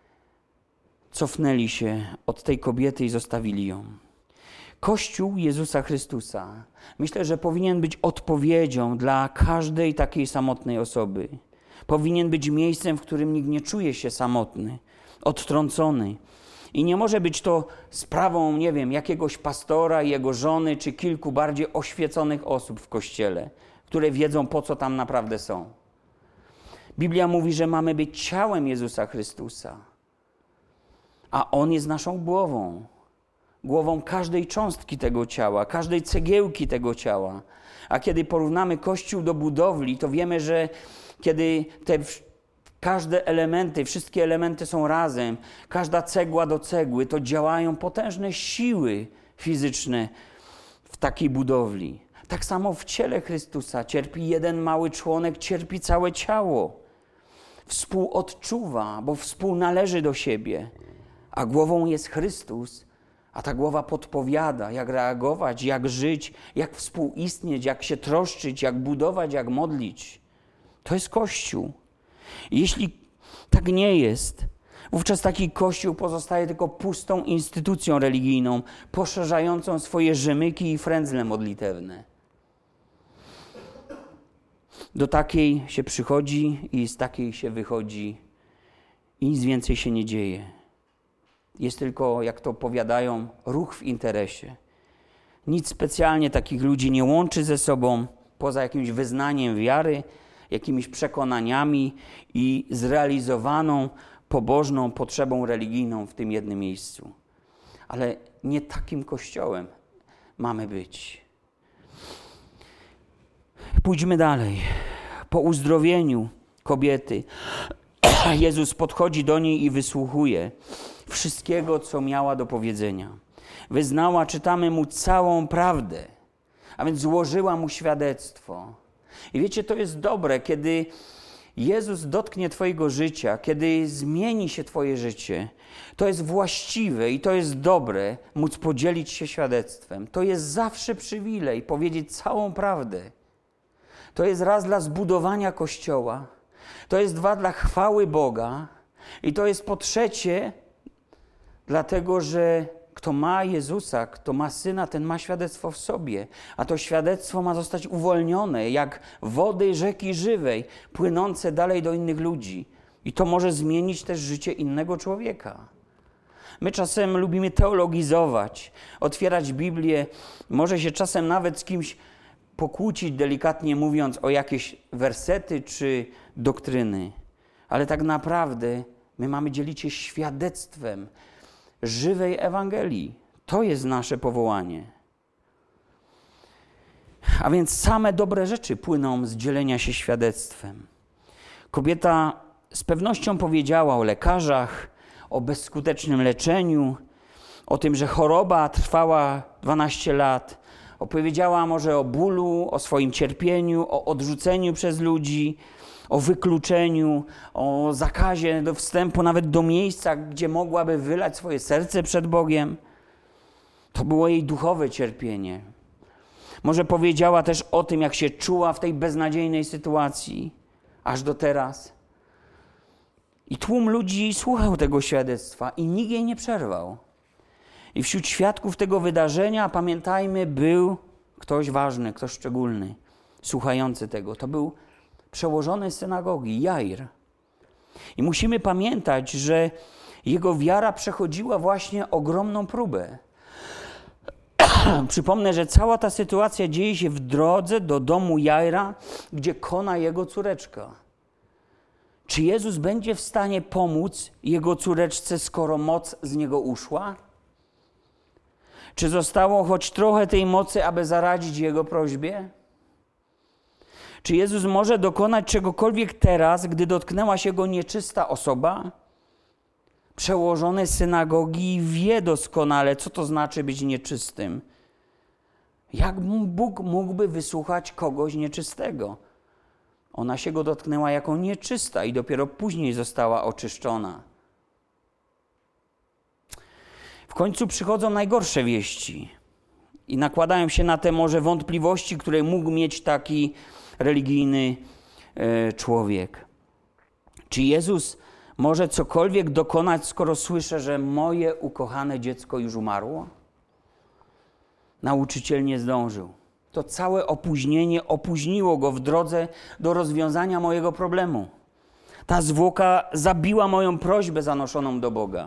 cofnęli się od tej kobiety i zostawili ją. Kościół Jezusa Chrystusa, myślę, że powinien być odpowiedzią dla każdej takiej samotnej osoby. Powinien być miejscem, w którym nikt nie czuje się samotny, odtrącony. I nie może być to sprawą, nie wiem, jakiegoś pastora, jego żony, czy kilku bardziej oświeconych osób w Kościele, które wiedzą, po co tam naprawdę są. Biblia mówi, że mamy być ciałem Jezusa Chrystusa, a On jest naszą głową. Głową każdej cząstki tego ciała, każdej cegiełki tego ciała. A kiedy porównamy Kościół do budowli, to wiemy, że kiedy te każde elementy, wszystkie elementy są razem, każda cegła do cegły, to działają potężne siły fizyczne w takiej budowli. Tak samo w ciele Chrystusa cierpi jeden mały członek, cierpi całe ciało. Współodczuwa, bo współnależy do siebie, a głową jest Chrystus, a ta głowa podpowiada, jak reagować, jak żyć, jak współistnieć, jak się troszczyć, jak budować, jak modlić. To jest Kościół. I jeśli tak nie jest, wówczas taki Kościół pozostaje tylko pustą instytucją religijną, poszerzającą swoje rzemyki i frędzle modlitewne. Do takiej się przychodzi i z takiej się wychodzi i nic więcej się nie dzieje. Jest tylko, jak to powiadają, ruch w interesie. Nic specjalnie takich ludzi nie łączy ze sobą, poza jakimś wyznaniem wiary, jakimiś przekonaniami i zrealizowaną pobożną potrzebą religijną w tym jednym miejscu. Ale nie takim Kościołem mamy być. Pójdźmy dalej. Po uzdrowieniu kobiety Jezus podchodzi do niej i wysłuchuje wszystkiego, co miała do powiedzenia. Wyznała, czytamy mu całą prawdę, a więc złożyła mu świadectwo. I wiecie, to jest dobre, kiedy Jezus dotknie twojego życia, kiedy zmieni się twoje życie. To jest właściwe i to jest dobre móc podzielić się świadectwem. To jest zawsze przywilej powiedzieć całą prawdę. To jest raz dla zbudowania Kościoła, to jest dwa dla chwały Boga i to jest po trzecie dlatego, że kto ma Jezusa, kto ma Syna, ten ma świadectwo w sobie, a to świadectwo ma zostać uwolnione jak wody rzeki żywej, płynące dalej do innych ludzi. I to może zmienić też życie innego człowieka. My czasem lubimy teologizować, otwierać Biblię, może się czasem nawet z kimś pokłócić, delikatnie mówiąc, o jakieś wersety czy doktryny. Ale tak naprawdę my mamy dzielić się świadectwem żywej Ewangelii. To jest nasze powołanie. A więc same dobre rzeczy płyną z dzielenia się świadectwem. Kobieta z pewnością powiedziała o lekarzach, o bezskutecznym leczeniu, o tym, że choroba trwała dwanaście lat. Opowiedziała może o bólu, o swoim cierpieniu, o odrzuceniu przez ludzi, o wykluczeniu, o zakazie do wstępu nawet do miejsca, gdzie mogłaby wylać swoje serce przed Bogiem. To było jej duchowe cierpienie. Może powiedziała też o tym, jak się czuła w tej beznadziejnej sytuacji, aż do teraz. I tłum ludzi słuchał tego świadectwa i nikt jej nie przerwał. I wśród świadków tego wydarzenia, pamiętajmy, był ktoś ważny, ktoś szczególny, słuchający tego. To był przełożony z synagogi, Jair. I musimy pamiętać, że jego wiara przechodziła właśnie ogromną próbę. Przypomnę, że cała ta sytuacja dzieje się w drodze do domu Jaira, gdzie kona jego córeczka. Czy Jezus będzie w stanie pomóc jego córeczce, skoro moc z niego uszła? Czy zostało choć trochę tej mocy, aby zaradzić jego prośbie? Czy Jezus może dokonać czegokolwiek teraz, gdy dotknęła się go nieczysta osoba? Przełożony z synagogi wie doskonale, co to znaczy być nieczystym. Jak Bóg mógłby wysłuchać kogoś nieczystego? Ona się go dotknęła jako nieczysta i dopiero później została oczyszczona. W końcu przychodzą najgorsze wieści i nakładają się na te może wątpliwości, które mógł mieć taki religijny e, człowiek. Czy Jezus może cokolwiek dokonać, skoro słyszę, że moje ukochane dziecko już umarło? Nauczyciel nie zdążył. To całe opóźnienie opóźniło go w drodze do rozwiązania mojego problemu. Ta zwłoka zabiła moją prośbę zanoszoną do Boga.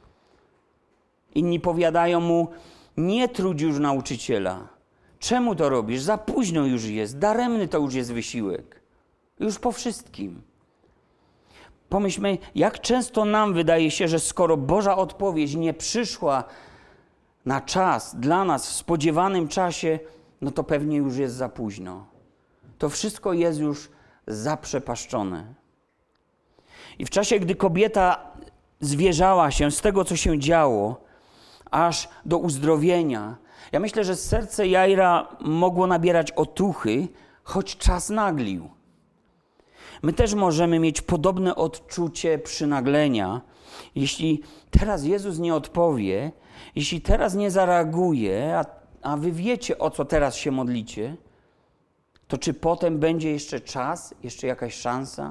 Inni powiadają mu, nie trudź już nauczyciela. Czemu to robisz? Za późno już jest, daremny to już jest wysiłek. Już po wszystkim. Pomyślmy, jak często nam wydaje się, że skoro Boża odpowiedź nie przyszła na czas, dla nas w spodziewanym czasie, no to pewnie już jest za późno. To wszystko jest już zaprzepaszczone. I w czasie, gdy kobieta zwierzała się z tego, co się działo, aż do uzdrowienia, ja myślę, że serce Jaira mogło nabierać otuchy, choć czas naglił. My też możemy mieć podobne odczucie przynaglenia. Jeśli teraz Jezus nie odpowie, jeśli teraz nie zareaguje, a, a wy wiecie, o co teraz się modlicie, to czy potem będzie jeszcze czas, jeszcze jakaś szansa?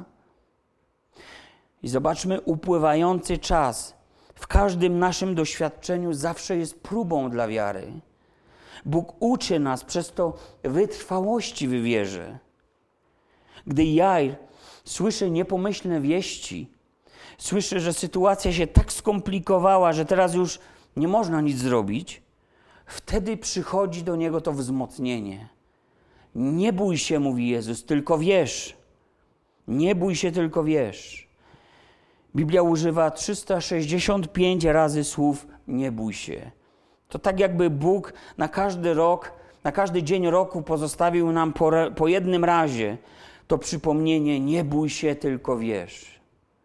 I zobaczmy, upływający czas w każdym naszym doświadczeniu zawsze jest próbą dla wiary. Bóg uczy nas przez to wytrwałości w wierze. Gdy Jair słyszy niepomyślne wieści, słyszy, że sytuacja się tak skomplikowała, że teraz już nie można nic zrobić, wtedy przychodzi do niego to wzmocnienie. Nie bój się, mówi Jezus, tylko wierz. Nie bój się, tylko wierz. Biblia używa trzysta sześćdziesiąt pięć razy słów nie bój się. To tak jakby Bóg na każdy rok, na każdy dzień roku pozostawił nam po, po jednym razie to przypomnienie nie bój się, tylko wierz.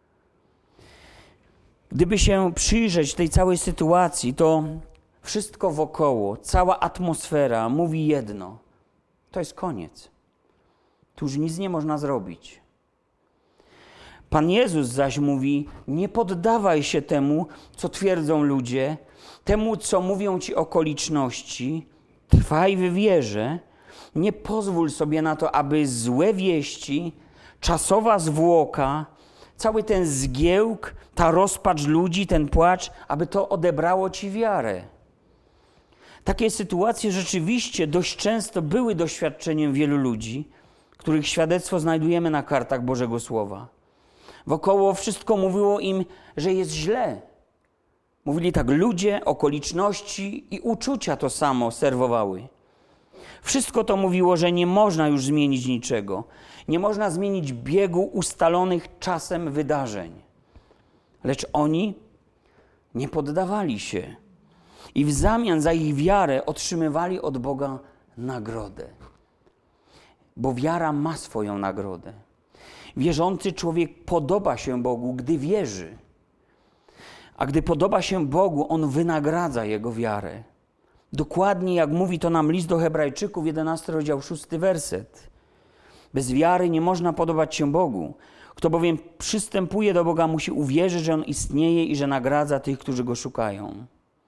Gdyby się przyjrzeć tej całej sytuacji, to wszystko wokoło, cała atmosfera mówi jedno. To jest koniec. Tu już nic nie można zrobić. Pan Jezus zaś mówi, nie poddawaj się temu, co twierdzą ludzie, temu, co mówią ci okoliczności, trwaj w wierze, nie pozwól sobie na to, aby złe wieści, czasowa zwłoka, cały ten zgiełk, ta rozpacz ludzi, ten płacz, aby to odebrało ci wiarę. Takie sytuacje rzeczywiście dość często były doświadczeniem wielu ludzi, których świadectwo znajdujemy na kartach Bożego Słowa. Wokoło wszystko mówiło im, że jest źle. Mówili tak ludzie, okoliczności i uczucia to samo serwowały. Wszystko to mówiło, że nie można już zmienić niczego. Nie można zmienić biegu ustalonych czasem wydarzeń. Lecz oni Nie poddawali się. I w zamian za ich wiarę otrzymywali od Boga nagrodę. Bo wiara ma swoją nagrodę. Wierzący człowiek podoba się Bogu, gdy wierzy. A gdy podoba się Bogu, On wynagradza jego wiarę. Dokładnie jak mówi to nam list do Hebrajczyków, jedenasty rozdział, szósty werset. Bez wiary nie można podobać się Bogu. Kto bowiem przystępuje do Boga, musi uwierzyć, że On istnieje i że nagradza tych, którzy Go szukają.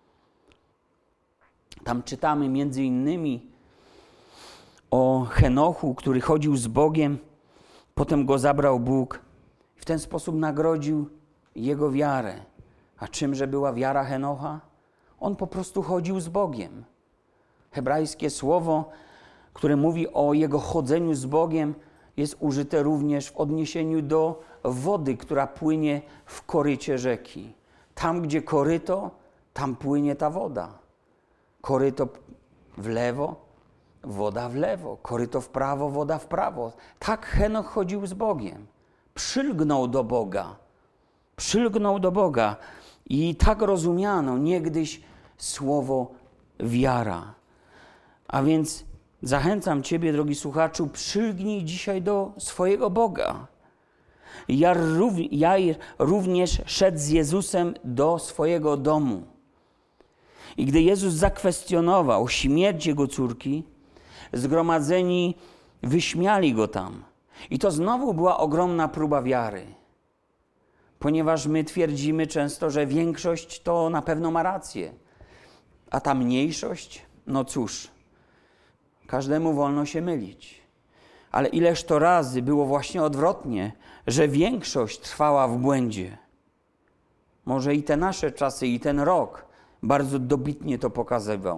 Tam czytamy między innymi o Henochu, który chodził z Bogiem, potem go zabrał Bóg i w ten sposób nagrodził jego wiarę. A czymże była wiara Henocha? On po prostu chodził z Bogiem. Hebrajskie słowo, które mówi o jego chodzeniu z Bogiem, jest użyte również w odniesieniu do wody, która płynie w korycie rzeki. Tam, gdzie koryto, tam płynie ta woda. Koryto w lewo, woda w lewo. Koryto w prawo, woda w prawo. Tak Henoch chodził z Bogiem. Przylgnął do Boga. Przylgnął do Boga. I tak rozumiano niegdyś słowo wiara. A więc zachęcam Ciebie, drogi słuchaczu, przylgnij dzisiaj do swojego Boga. Jair również szedł z Jezusem do swojego domu. I gdy Jezus zakwestionował śmierć jego córki, zgromadzeni wyśmiali go tam. I to znowu była ogromna próba wiary. Ponieważ my twierdzimy często, że większość to na pewno ma rację. A ta mniejszość, no cóż, każdemu wolno się mylić. Ale ileż to razy było właśnie odwrotnie, że większość trwała w błędzie. Może i te nasze czasy, i ten rok bardzo dobitnie to pokazywał.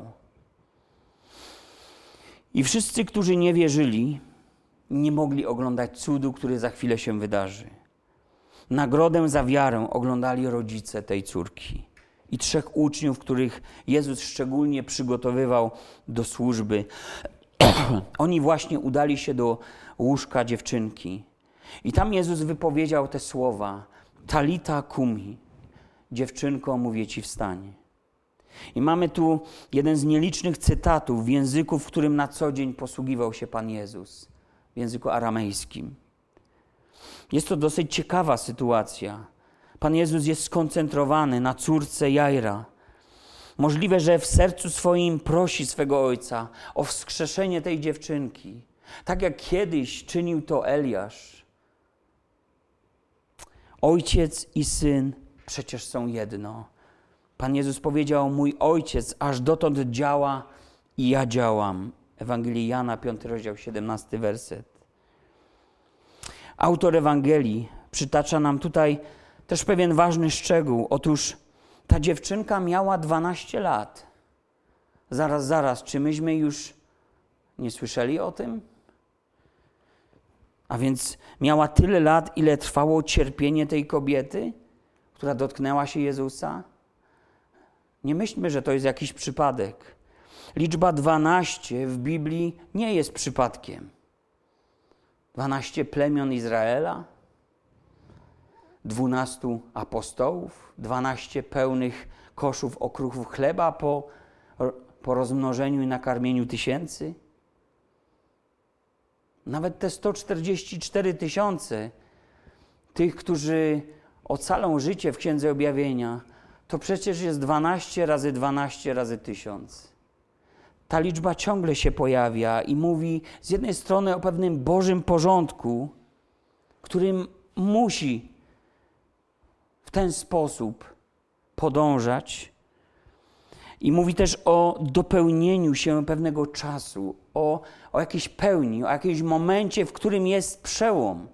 I wszyscy, którzy nie wierzyli, nie mogli oglądać cudu, który za chwilę się wydarzy. Nagrodę za wiarę oglądali rodzice tej córki i trzech uczniów, których Jezus szczególnie przygotowywał do służby. Oni właśnie udali się do łóżka dziewczynki. I tam Jezus wypowiedział te słowa: Talita kumi, dziewczynko, mówię ci, wstań. I mamy tu jeden z nielicznych cytatów w języku, w którym na co dzień posługiwał się Pan Jezus, w języku aramejskim. Jest to dosyć ciekawa sytuacja. Pan Jezus jest skoncentrowany na córce Jaira. Możliwe, że w sercu swoim prosi swego Ojca o wskrzeszenie tej dziewczynki. Tak jak kiedyś czynił to Eliasz. Ojciec i syn przecież są jedno. Pan Jezus powiedział: mój Ojciec aż dotąd działa i ja działam. Ewangelii Jana, piąty rozdział, siedemnasty werset. Autor Ewangelii przytacza nam tutaj też pewien ważny szczegół. Otóż ta dziewczynka miała dwanaście lat. Zaraz, zaraz, czy myśmy już nie słyszeli o tym? A więc miała tyle lat, ile trwało cierpienie tej kobiety, która dotknęła się Jezusa? Nie myślmy, że to jest jakiś przypadek. Liczba dwanaście w Biblii nie jest przypadkiem. Dwanaście plemion Izraela, dwunastu apostołów, dwanaście pełnych koszów okruchów chleba po, po rozmnożeniu i nakarmieniu tysięcy. Nawet te sto czterdzieści cztery tysiące tych, którzy ocalą życie w Księdze Objawienia, to przecież jest dwanaście razy dwanaście razy tysiąc. Ta liczba ciągle się pojawia i mówi z jednej strony o pewnym Bożym porządku, którym musi w ten sposób podążać, i mówi też o dopełnieniu się pewnego czasu, o, o jakiejś pełni, o jakimś momencie, w którym jest przełom.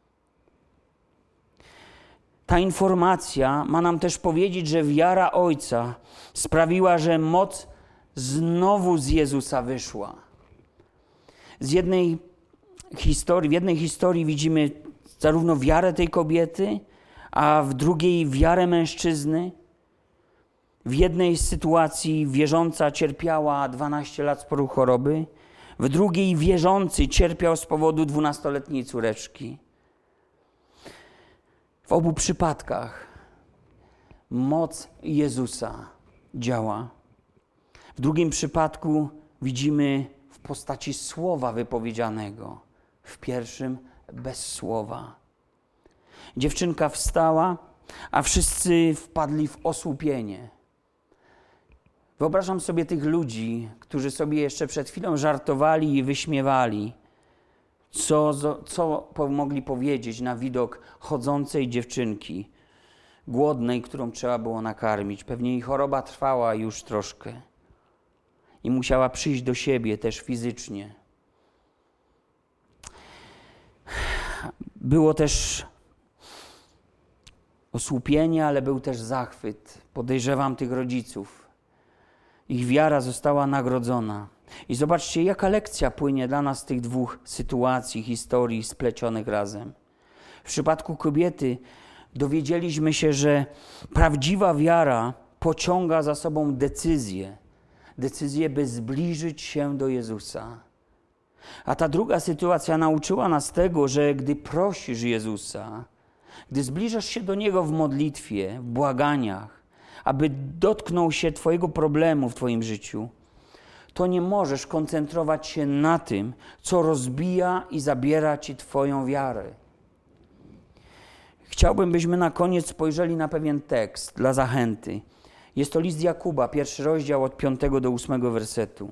Ta informacja ma nam też powiedzieć, że wiara Ojca sprawiła, że moc znowu z Jezusa wyszła. Z jednej historii, w jednej historii widzimy zarówno wiarę tej kobiety, a w drugiej wiarę mężczyzny. W jednej sytuacji wierząca cierpiała dwanaście lat z powodu choroby, w drugiej wierzący cierpiał z powodu dwunastoletniej córeczki. W obu przypadkach moc Jezusa działa. W drugim przypadku widzimy w postaci słowa wypowiedzianego. W pierwszym bez słowa. Dziewczynka wstała, a wszyscy wpadli w osłupienie. Wyobrażam sobie tych ludzi, którzy sobie jeszcze przed chwilą żartowali i wyśmiewali. Co, co mogli powiedzieć na widok chodzącej dziewczynki, głodnej, którą trzeba było nakarmić. Pewnie jej choroba trwała już troszkę i musiała przyjść do siebie też fizycznie. Było też osłupienie, ale był też zachwyt. Podejrzewam tych rodziców. Ich wiara została nagrodzona. I zobaczcie, jaka lekcja płynie dla nas z tych dwóch sytuacji, historii splecionych razem. W przypadku kobiety dowiedzieliśmy się, że prawdziwa wiara pociąga za sobą decyzję. Decyzję, by zbliżyć się do Jezusa. A ta druga sytuacja nauczyła nas tego, że gdy prosisz Jezusa, gdy zbliżasz się do Niego w modlitwie, w błaganiach, aby dotknął się Twojego problemu w Twoim życiu, to nie możesz koncentrować się na tym, co rozbija i zabiera Ci Twoją wiarę. Chciałbym, byśmy na koniec spojrzeli na pewien tekst dla zachęty. Jest to list Jakuba, pierwszy rozdział od piątego do ósmego wersetu.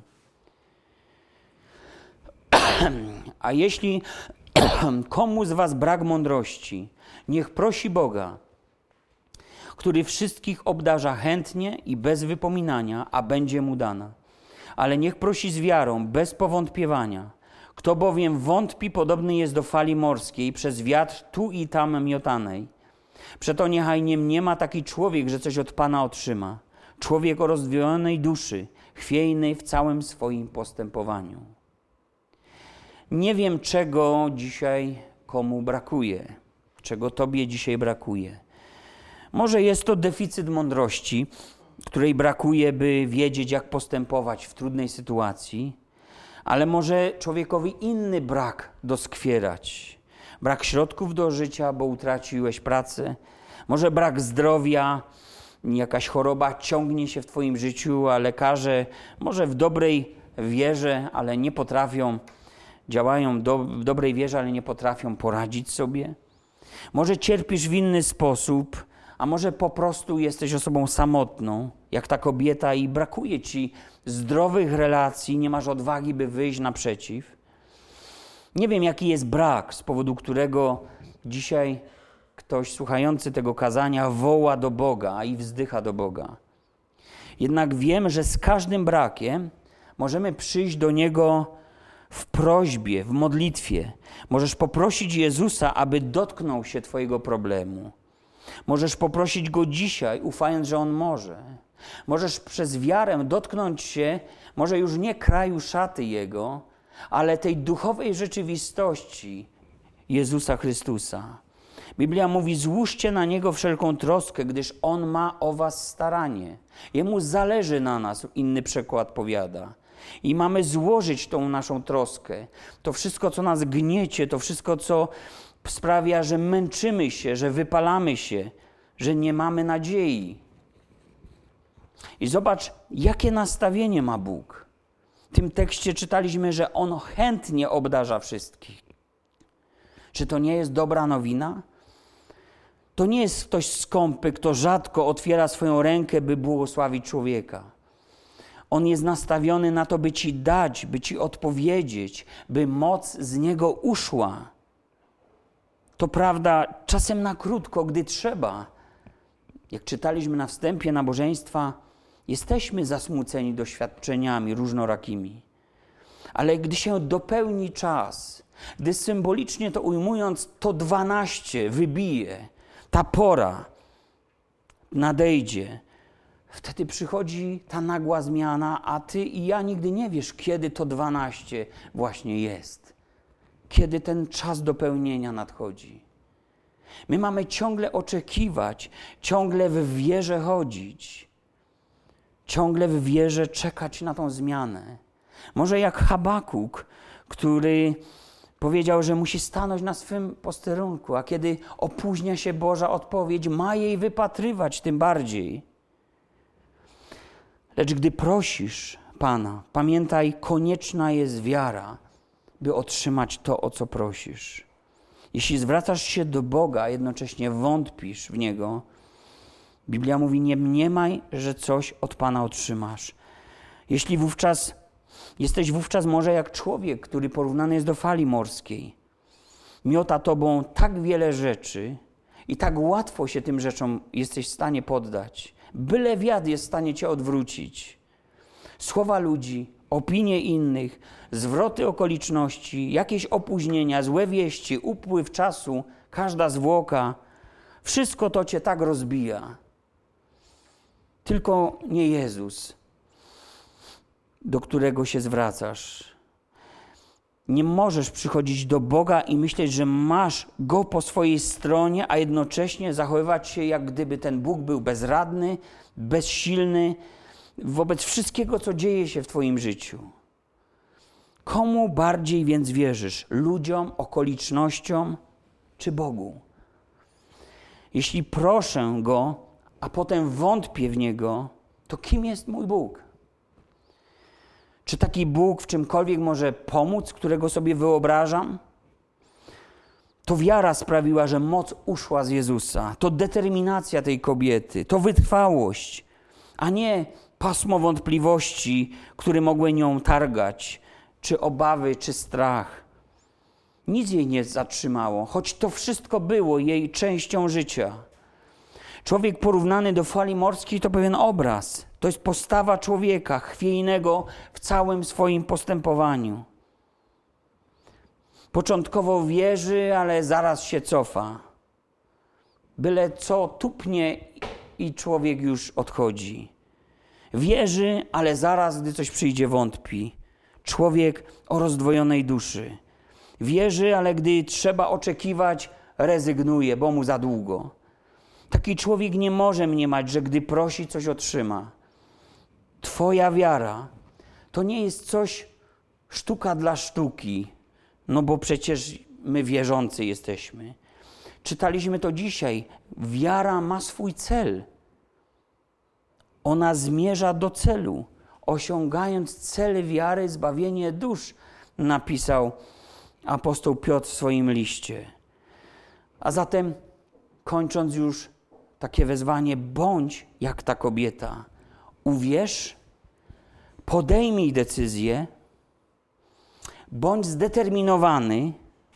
A jeśli komu z was brak mądrości, niech prosi Boga, który wszystkich obdarza chętnie i bez wypominania, a będzie mu dana. Ale niech prosi z wiarą, bez powątpiewania. Kto bowiem wątpi, podobny jest do fali morskiej, przez wiatr tu i tam miotanej. Przeto niechaj nie mniema taki człowiek, że coś od Pana otrzyma. Człowiek o rozdwojonej duszy, chwiejny w całym swoim postępowaniu. Nie wiem, czego dzisiaj komu brakuje, czego Tobie dzisiaj brakuje. Może jest to deficyt mądrości, której brakuje, by wiedzieć, jak postępować w trudnej sytuacji, ale może człowiekowi inny brak doskwierać. Brak środków do życia, bo utraciłeś pracę. Może brak zdrowia, jakaś choroba ciągnie się w Twoim życiu, a lekarze może w dobrej wierze, ale nie potrafią, działają do, w dobrej wierze, ale nie potrafią poradzić sobie. Może cierpisz w inny sposób, a może po prostu jesteś osobą samotną, jak ta kobieta i brakuje Ci zdrowych relacji, nie masz odwagi, by wyjść naprzeciw. Nie wiem, jaki jest brak, z powodu którego dzisiaj ktoś słuchający tego kazania woła do Boga i wzdycha do Boga. Jednak wiem, że z każdym brakiem możemy przyjść do Niego w prośbie, w modlitwie. Możesz poprosić Jezusa, aby dotknął się Twojego problemu. Możesz poprosić Go dzisiaj, ufając, że On może. Możesz przez wiarę dotknąć się, może już nie kraju szaty Jego, ale tej duchowej rzeczywistości Jezusa Chrystusa. Biblia mówi, złóżcie na Niego wszelką troskę, gdyż On ma o was staranie. Jemu zależy na nas, inny przekład powiada. I mamy złożyć tą naszą troskę. To wszystko, co nas gniecie, to wszystko, co sprawia, że męczymy się, że wypalamy się, że nie mamy nadziei. I zobacz, jakie nastawienie ma Bóg. W tym tekście czytaliśmy, że On chętnie obdarza wszystkich. Czy to nie jest dobra nowina? To nie jest ktoś skąpy, kto rzadko otwiera swoją rękę, by błogosławić człowieka. On jest nastawiony na to, by ci dać, by ci odpowiedzieć, by moc z Niego uszła. To prawda, czasem na krótko, gdy trzeba. Jak czytaliśmy na wstępie nabożeństwa, jesteśmy zasmuceni doświadczeniami różnorakimi. Ale gdy się dopełni czas, gdy symbolicznie to ujmując, to dwanaście wybije, ta pora nadejdzie, wtedy przychodzi ta nagła zmiana, a ty i ja nigdy nie wiesz, kiedy to dwanaście właśnie jest. Kiedy ten czas dopełnienia nadchodzi. My mamy ciągle oczekiwać, ciągle w wierze chodzić, ciągle w wierze czekać na tą zmianę. Może jak Habakuk, który Powiedział, że musi stanąć na swym posterunku, a kiedy opóźnia się Boża odpowiedź, ma jej wypatrywać tym bardziej. Lecz gdy prosisz Pana, pamiętaj, konieczna jest wiara, by otrzymać to, o co prosisz. Jeśli zwracasz się do Boga, a jednocześnie wątpisz w Niego, Biblia mówi, nie mniemaj, że coś od Pana otrzymasz. Jeśli wówczas, jesteś wówczas może jak człowiek, który porównany jest do fali morskiej. Miota tobą tak wiele rzeczy i tak łatwo się tym rzeczom jesteś w stanie poddać. Byle wiatr jest w stanie cię odwrócić. Słowa ludzi, opinie innych, zwroty okoliczności, jakieś opóźnienia, złe wieści, upływ czasu, każda zwłoka, wszystko to cię tak rozbija. Tylko nie Jezus, do którego się zwracasz. Nie możesz przychodzić do Boga i myśleć, że masz Go po swojej stronie, a jednocześnie zachowywać się, jak gdyby ten Bóg był bezradny, bezsilny wobec wszystkiego, co dzieje się w twoim życiu. Komu bardziej więc wierzysz? Ludziom, okolicznościom czy Bogu? Jeśli proszę Go, a potem wątpię w Niego, to kim jest mój Bóg? Czy taki Bóg w czymkolwiek może pomóc, którego sobie wyobrażam? To wiara sprawiła, że moc uszła z Jezusa. To determinacja tej kobiety, to wytrwałość, a nie pasmo wątpliwości, które mogły nią targać, czy obawy, czy strach. Nic jej nie zatrzymało, choć to wszystko było jej częścią życia. Człowiek porównany do fali morskiej to pewien obraz. To jest postawa człowieka chwiejnego w całym swoim postępowaniu. Początkowo wierzy, ale zaraz się cofa. Byle co tupnie i człowiek już odchodzi. Wierzy, ale zaraz, gdy coś przyjdzie, wątpi. Człowiek o rozdwojonej duszy. Wierzy, ale gdy trzeba oczekiwać, rezygnuje, bo mu za długo. Taki człowiek nie może mniemać, że gdy prosi, coś otrzyma. Twoja wiara to nie jest coś sztuka dla sztuki, no bo przecież my wierzący jesteśmy. Czytaliśmy to dzisiaj. Wiara ma swój cel. Ona zmierza do celu, osiągając cel wiary, zbawienie dusz, napisał apostoł Piotr w swoim liście. A zatem, kończąc już takie wezwanie, bądź jak ta kobieta. Uwierz, podejmij decyzję, bądź zdeterminowany,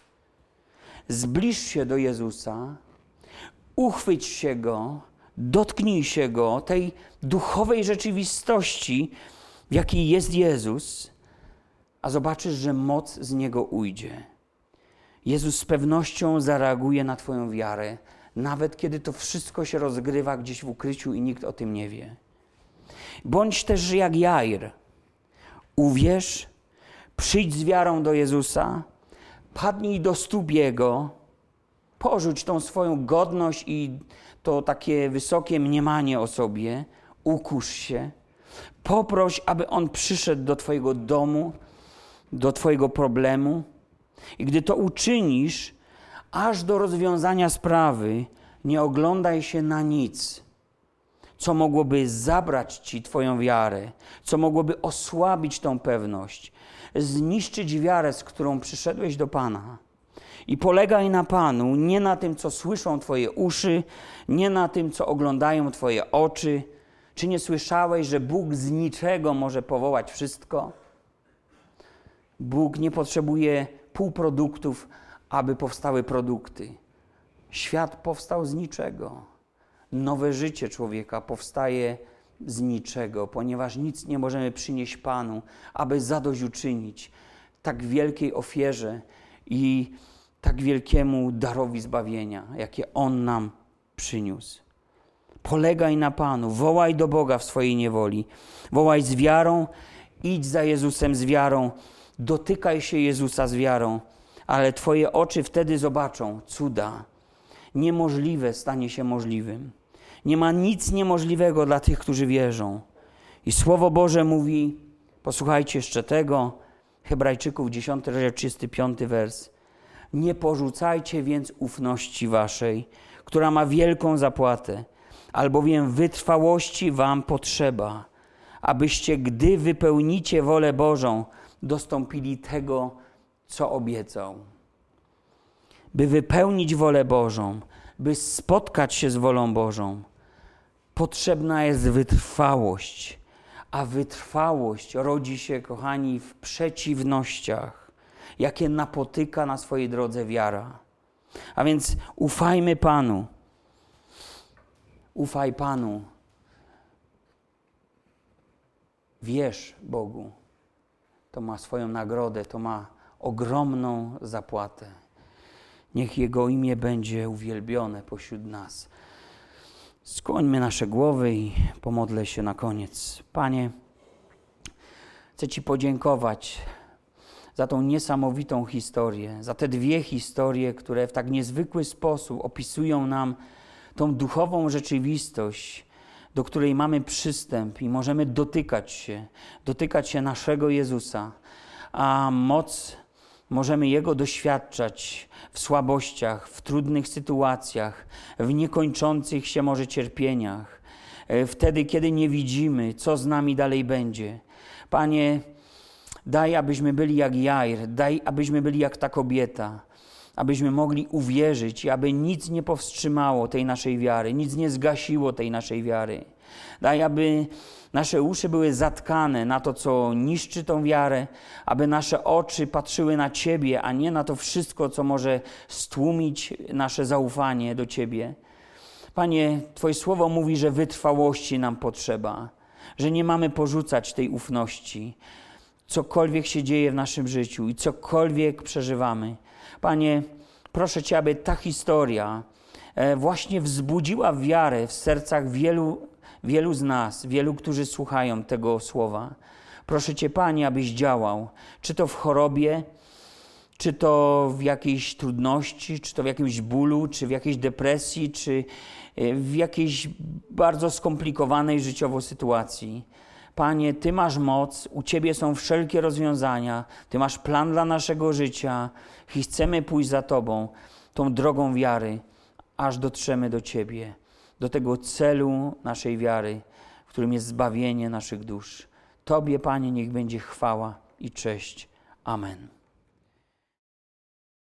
zbliż się do Jezusa, uchwyć się Go, dotknij się Go, tej duchowej rzeczywistości, w jakiej jest Jezus, a zobaczysz, że moc z Niego ujdzie. Jezus z pewnością zareaguje na twoją wiarę, nawet kiedy to wszystko się rozgrywa gdzieś w ukryciu i nikt o tym nie wie. Bądź też jak Jair. Uwierz, przyjdź z wiarą do Jezusa, padnij do stóp Jego, porzuć tą swoją godność i to takie wysokie mniemanie o sobie, ukusz się, poproś, aby On przyszedł do twojego domu, do twojego problemu i gdy to uczynisz, aż do rozwiązania sprawy, nie oglądaj się na nic, co mogłoby zabrać ci twoją wiarę, co mogłoby osłabić tą pewność, zniszczyć wiarę, z którą przyszedłeś do Pana. I polegaj na Panu, nie na tym, co słyszą twoje uszy, nie na tym, co oglądają twoje oczy. Czy nie słyszałeś, że Bóg z niczego może powołać wszystko? Bóg nie potrzebuje półproduktów, aby powstały produkty. Świat powstał z niczego. Nowe życie człowieka powstaje z niczego, ponieważ nic nie możemy przynieść Panu, aby zadośćuczynić tak wielkiej ofierze i tak wielkiemu darowi zbawienia, jakie On nam przyniósł. Polegaj na Panu, wołaj do Boga w swojej niewoli. Wołaj z wiarą, idź za Jezusem z wiarą, dotykaj się Jezusa z wiarą, ale twoje oczy wtedy zobaczą cuda. Niemożliwe stanie się możliwym. Nie ma nic niemożliwego dla tych, którzy wierzą. I Słowo Boże mówi, posłuchajcie jeszcze tego, Hebrajczyków, dziesiąty rozdział, trzydziesty piąty wers. Nie porzucajcie więc ufności waszej, która ma wielką zapłatę, albowiem wytrwałości wam potrzeba, abyście, gdy wypełnicie wolę Bożą, dostąpili tego, co obiecał. By wypełnić wolę Bożą, by spotkać się z wolą Bożą, potrzebna jest wytrwałość. A wytrwałość rodzi się, kochani, w przeciwnościach, jakie napotyka na swojej drodze wiara. A więc ufajmy Panu. Ufaj Panu. Wierz Bogu. To ma swoją nagrodę, to ma ogromną zapłatę. Niech Jego imię będzie uwielbione pośród nas. Skłońmy nasze głowy i pomodlę się na koniec. Panie, chcę Ci podziękować za tą niesamowitą historię, za te dwie historie, które w tak niezwykły sposób opisują nam tą duchową rzeczywistość, do której mamy przystęp i możemy dotykać się, dotykać się naszego Jezusa, a moc możemy Jego doświadczać w słabościach, w trudnych sytuacjach, w niekończących się może cierpieniach, wtedy, kiedy nie widzimy, co z nami dalej będzie. Panie, daj, abyśmy byli jak Jair, daj, abyśmy byli jak ta kobieta, abyśmy mogli uwierzyć i aby nic nie powstrzymało tej naszej wiary, nic nie zgasiło tej naszej wiary. Daj, aby nasze uszy były zatkane na to, co niszczy tą wiarę, aby nasze oczy patrzyły na Ciebie, a nie na to wszystko, co może stłumić nasze zaufanie do Ciebie. Panie, Twoje słowo mówi, że wytrwałości nam potrzeba, że nie mamy porzucać tej ufności. Cokolwiek się dzieje w naszym życiu i cokolwiek przeżywamy. Panie, proszę Cię, aby ta historia właśnie wzbudziła wiarę w sercach wielu, wielu z nas, wielu, którzy słuchają tego słowa. Proszę Cię, Panie, abyś działał, czy to w chorobie, czy to w jakiejś trudności, czy to w jakimś bólu, czy w jakiejś depresji, czy w jakiejś bardzo skomplikowanej życiowo sytuacji. Panie, Ty masz moc, u Ciebie są wszelkie rozwiązania, Ty masz plan dla naszego życia i chcemy pójść za Tobą, tą drogą wiary, aż dotrzemy do Ciebie, do tego celu naszej wiary, w którym jest zbawienie naszych dusz. Tobie, Panie, niech będzie chwała i cześć. Amen.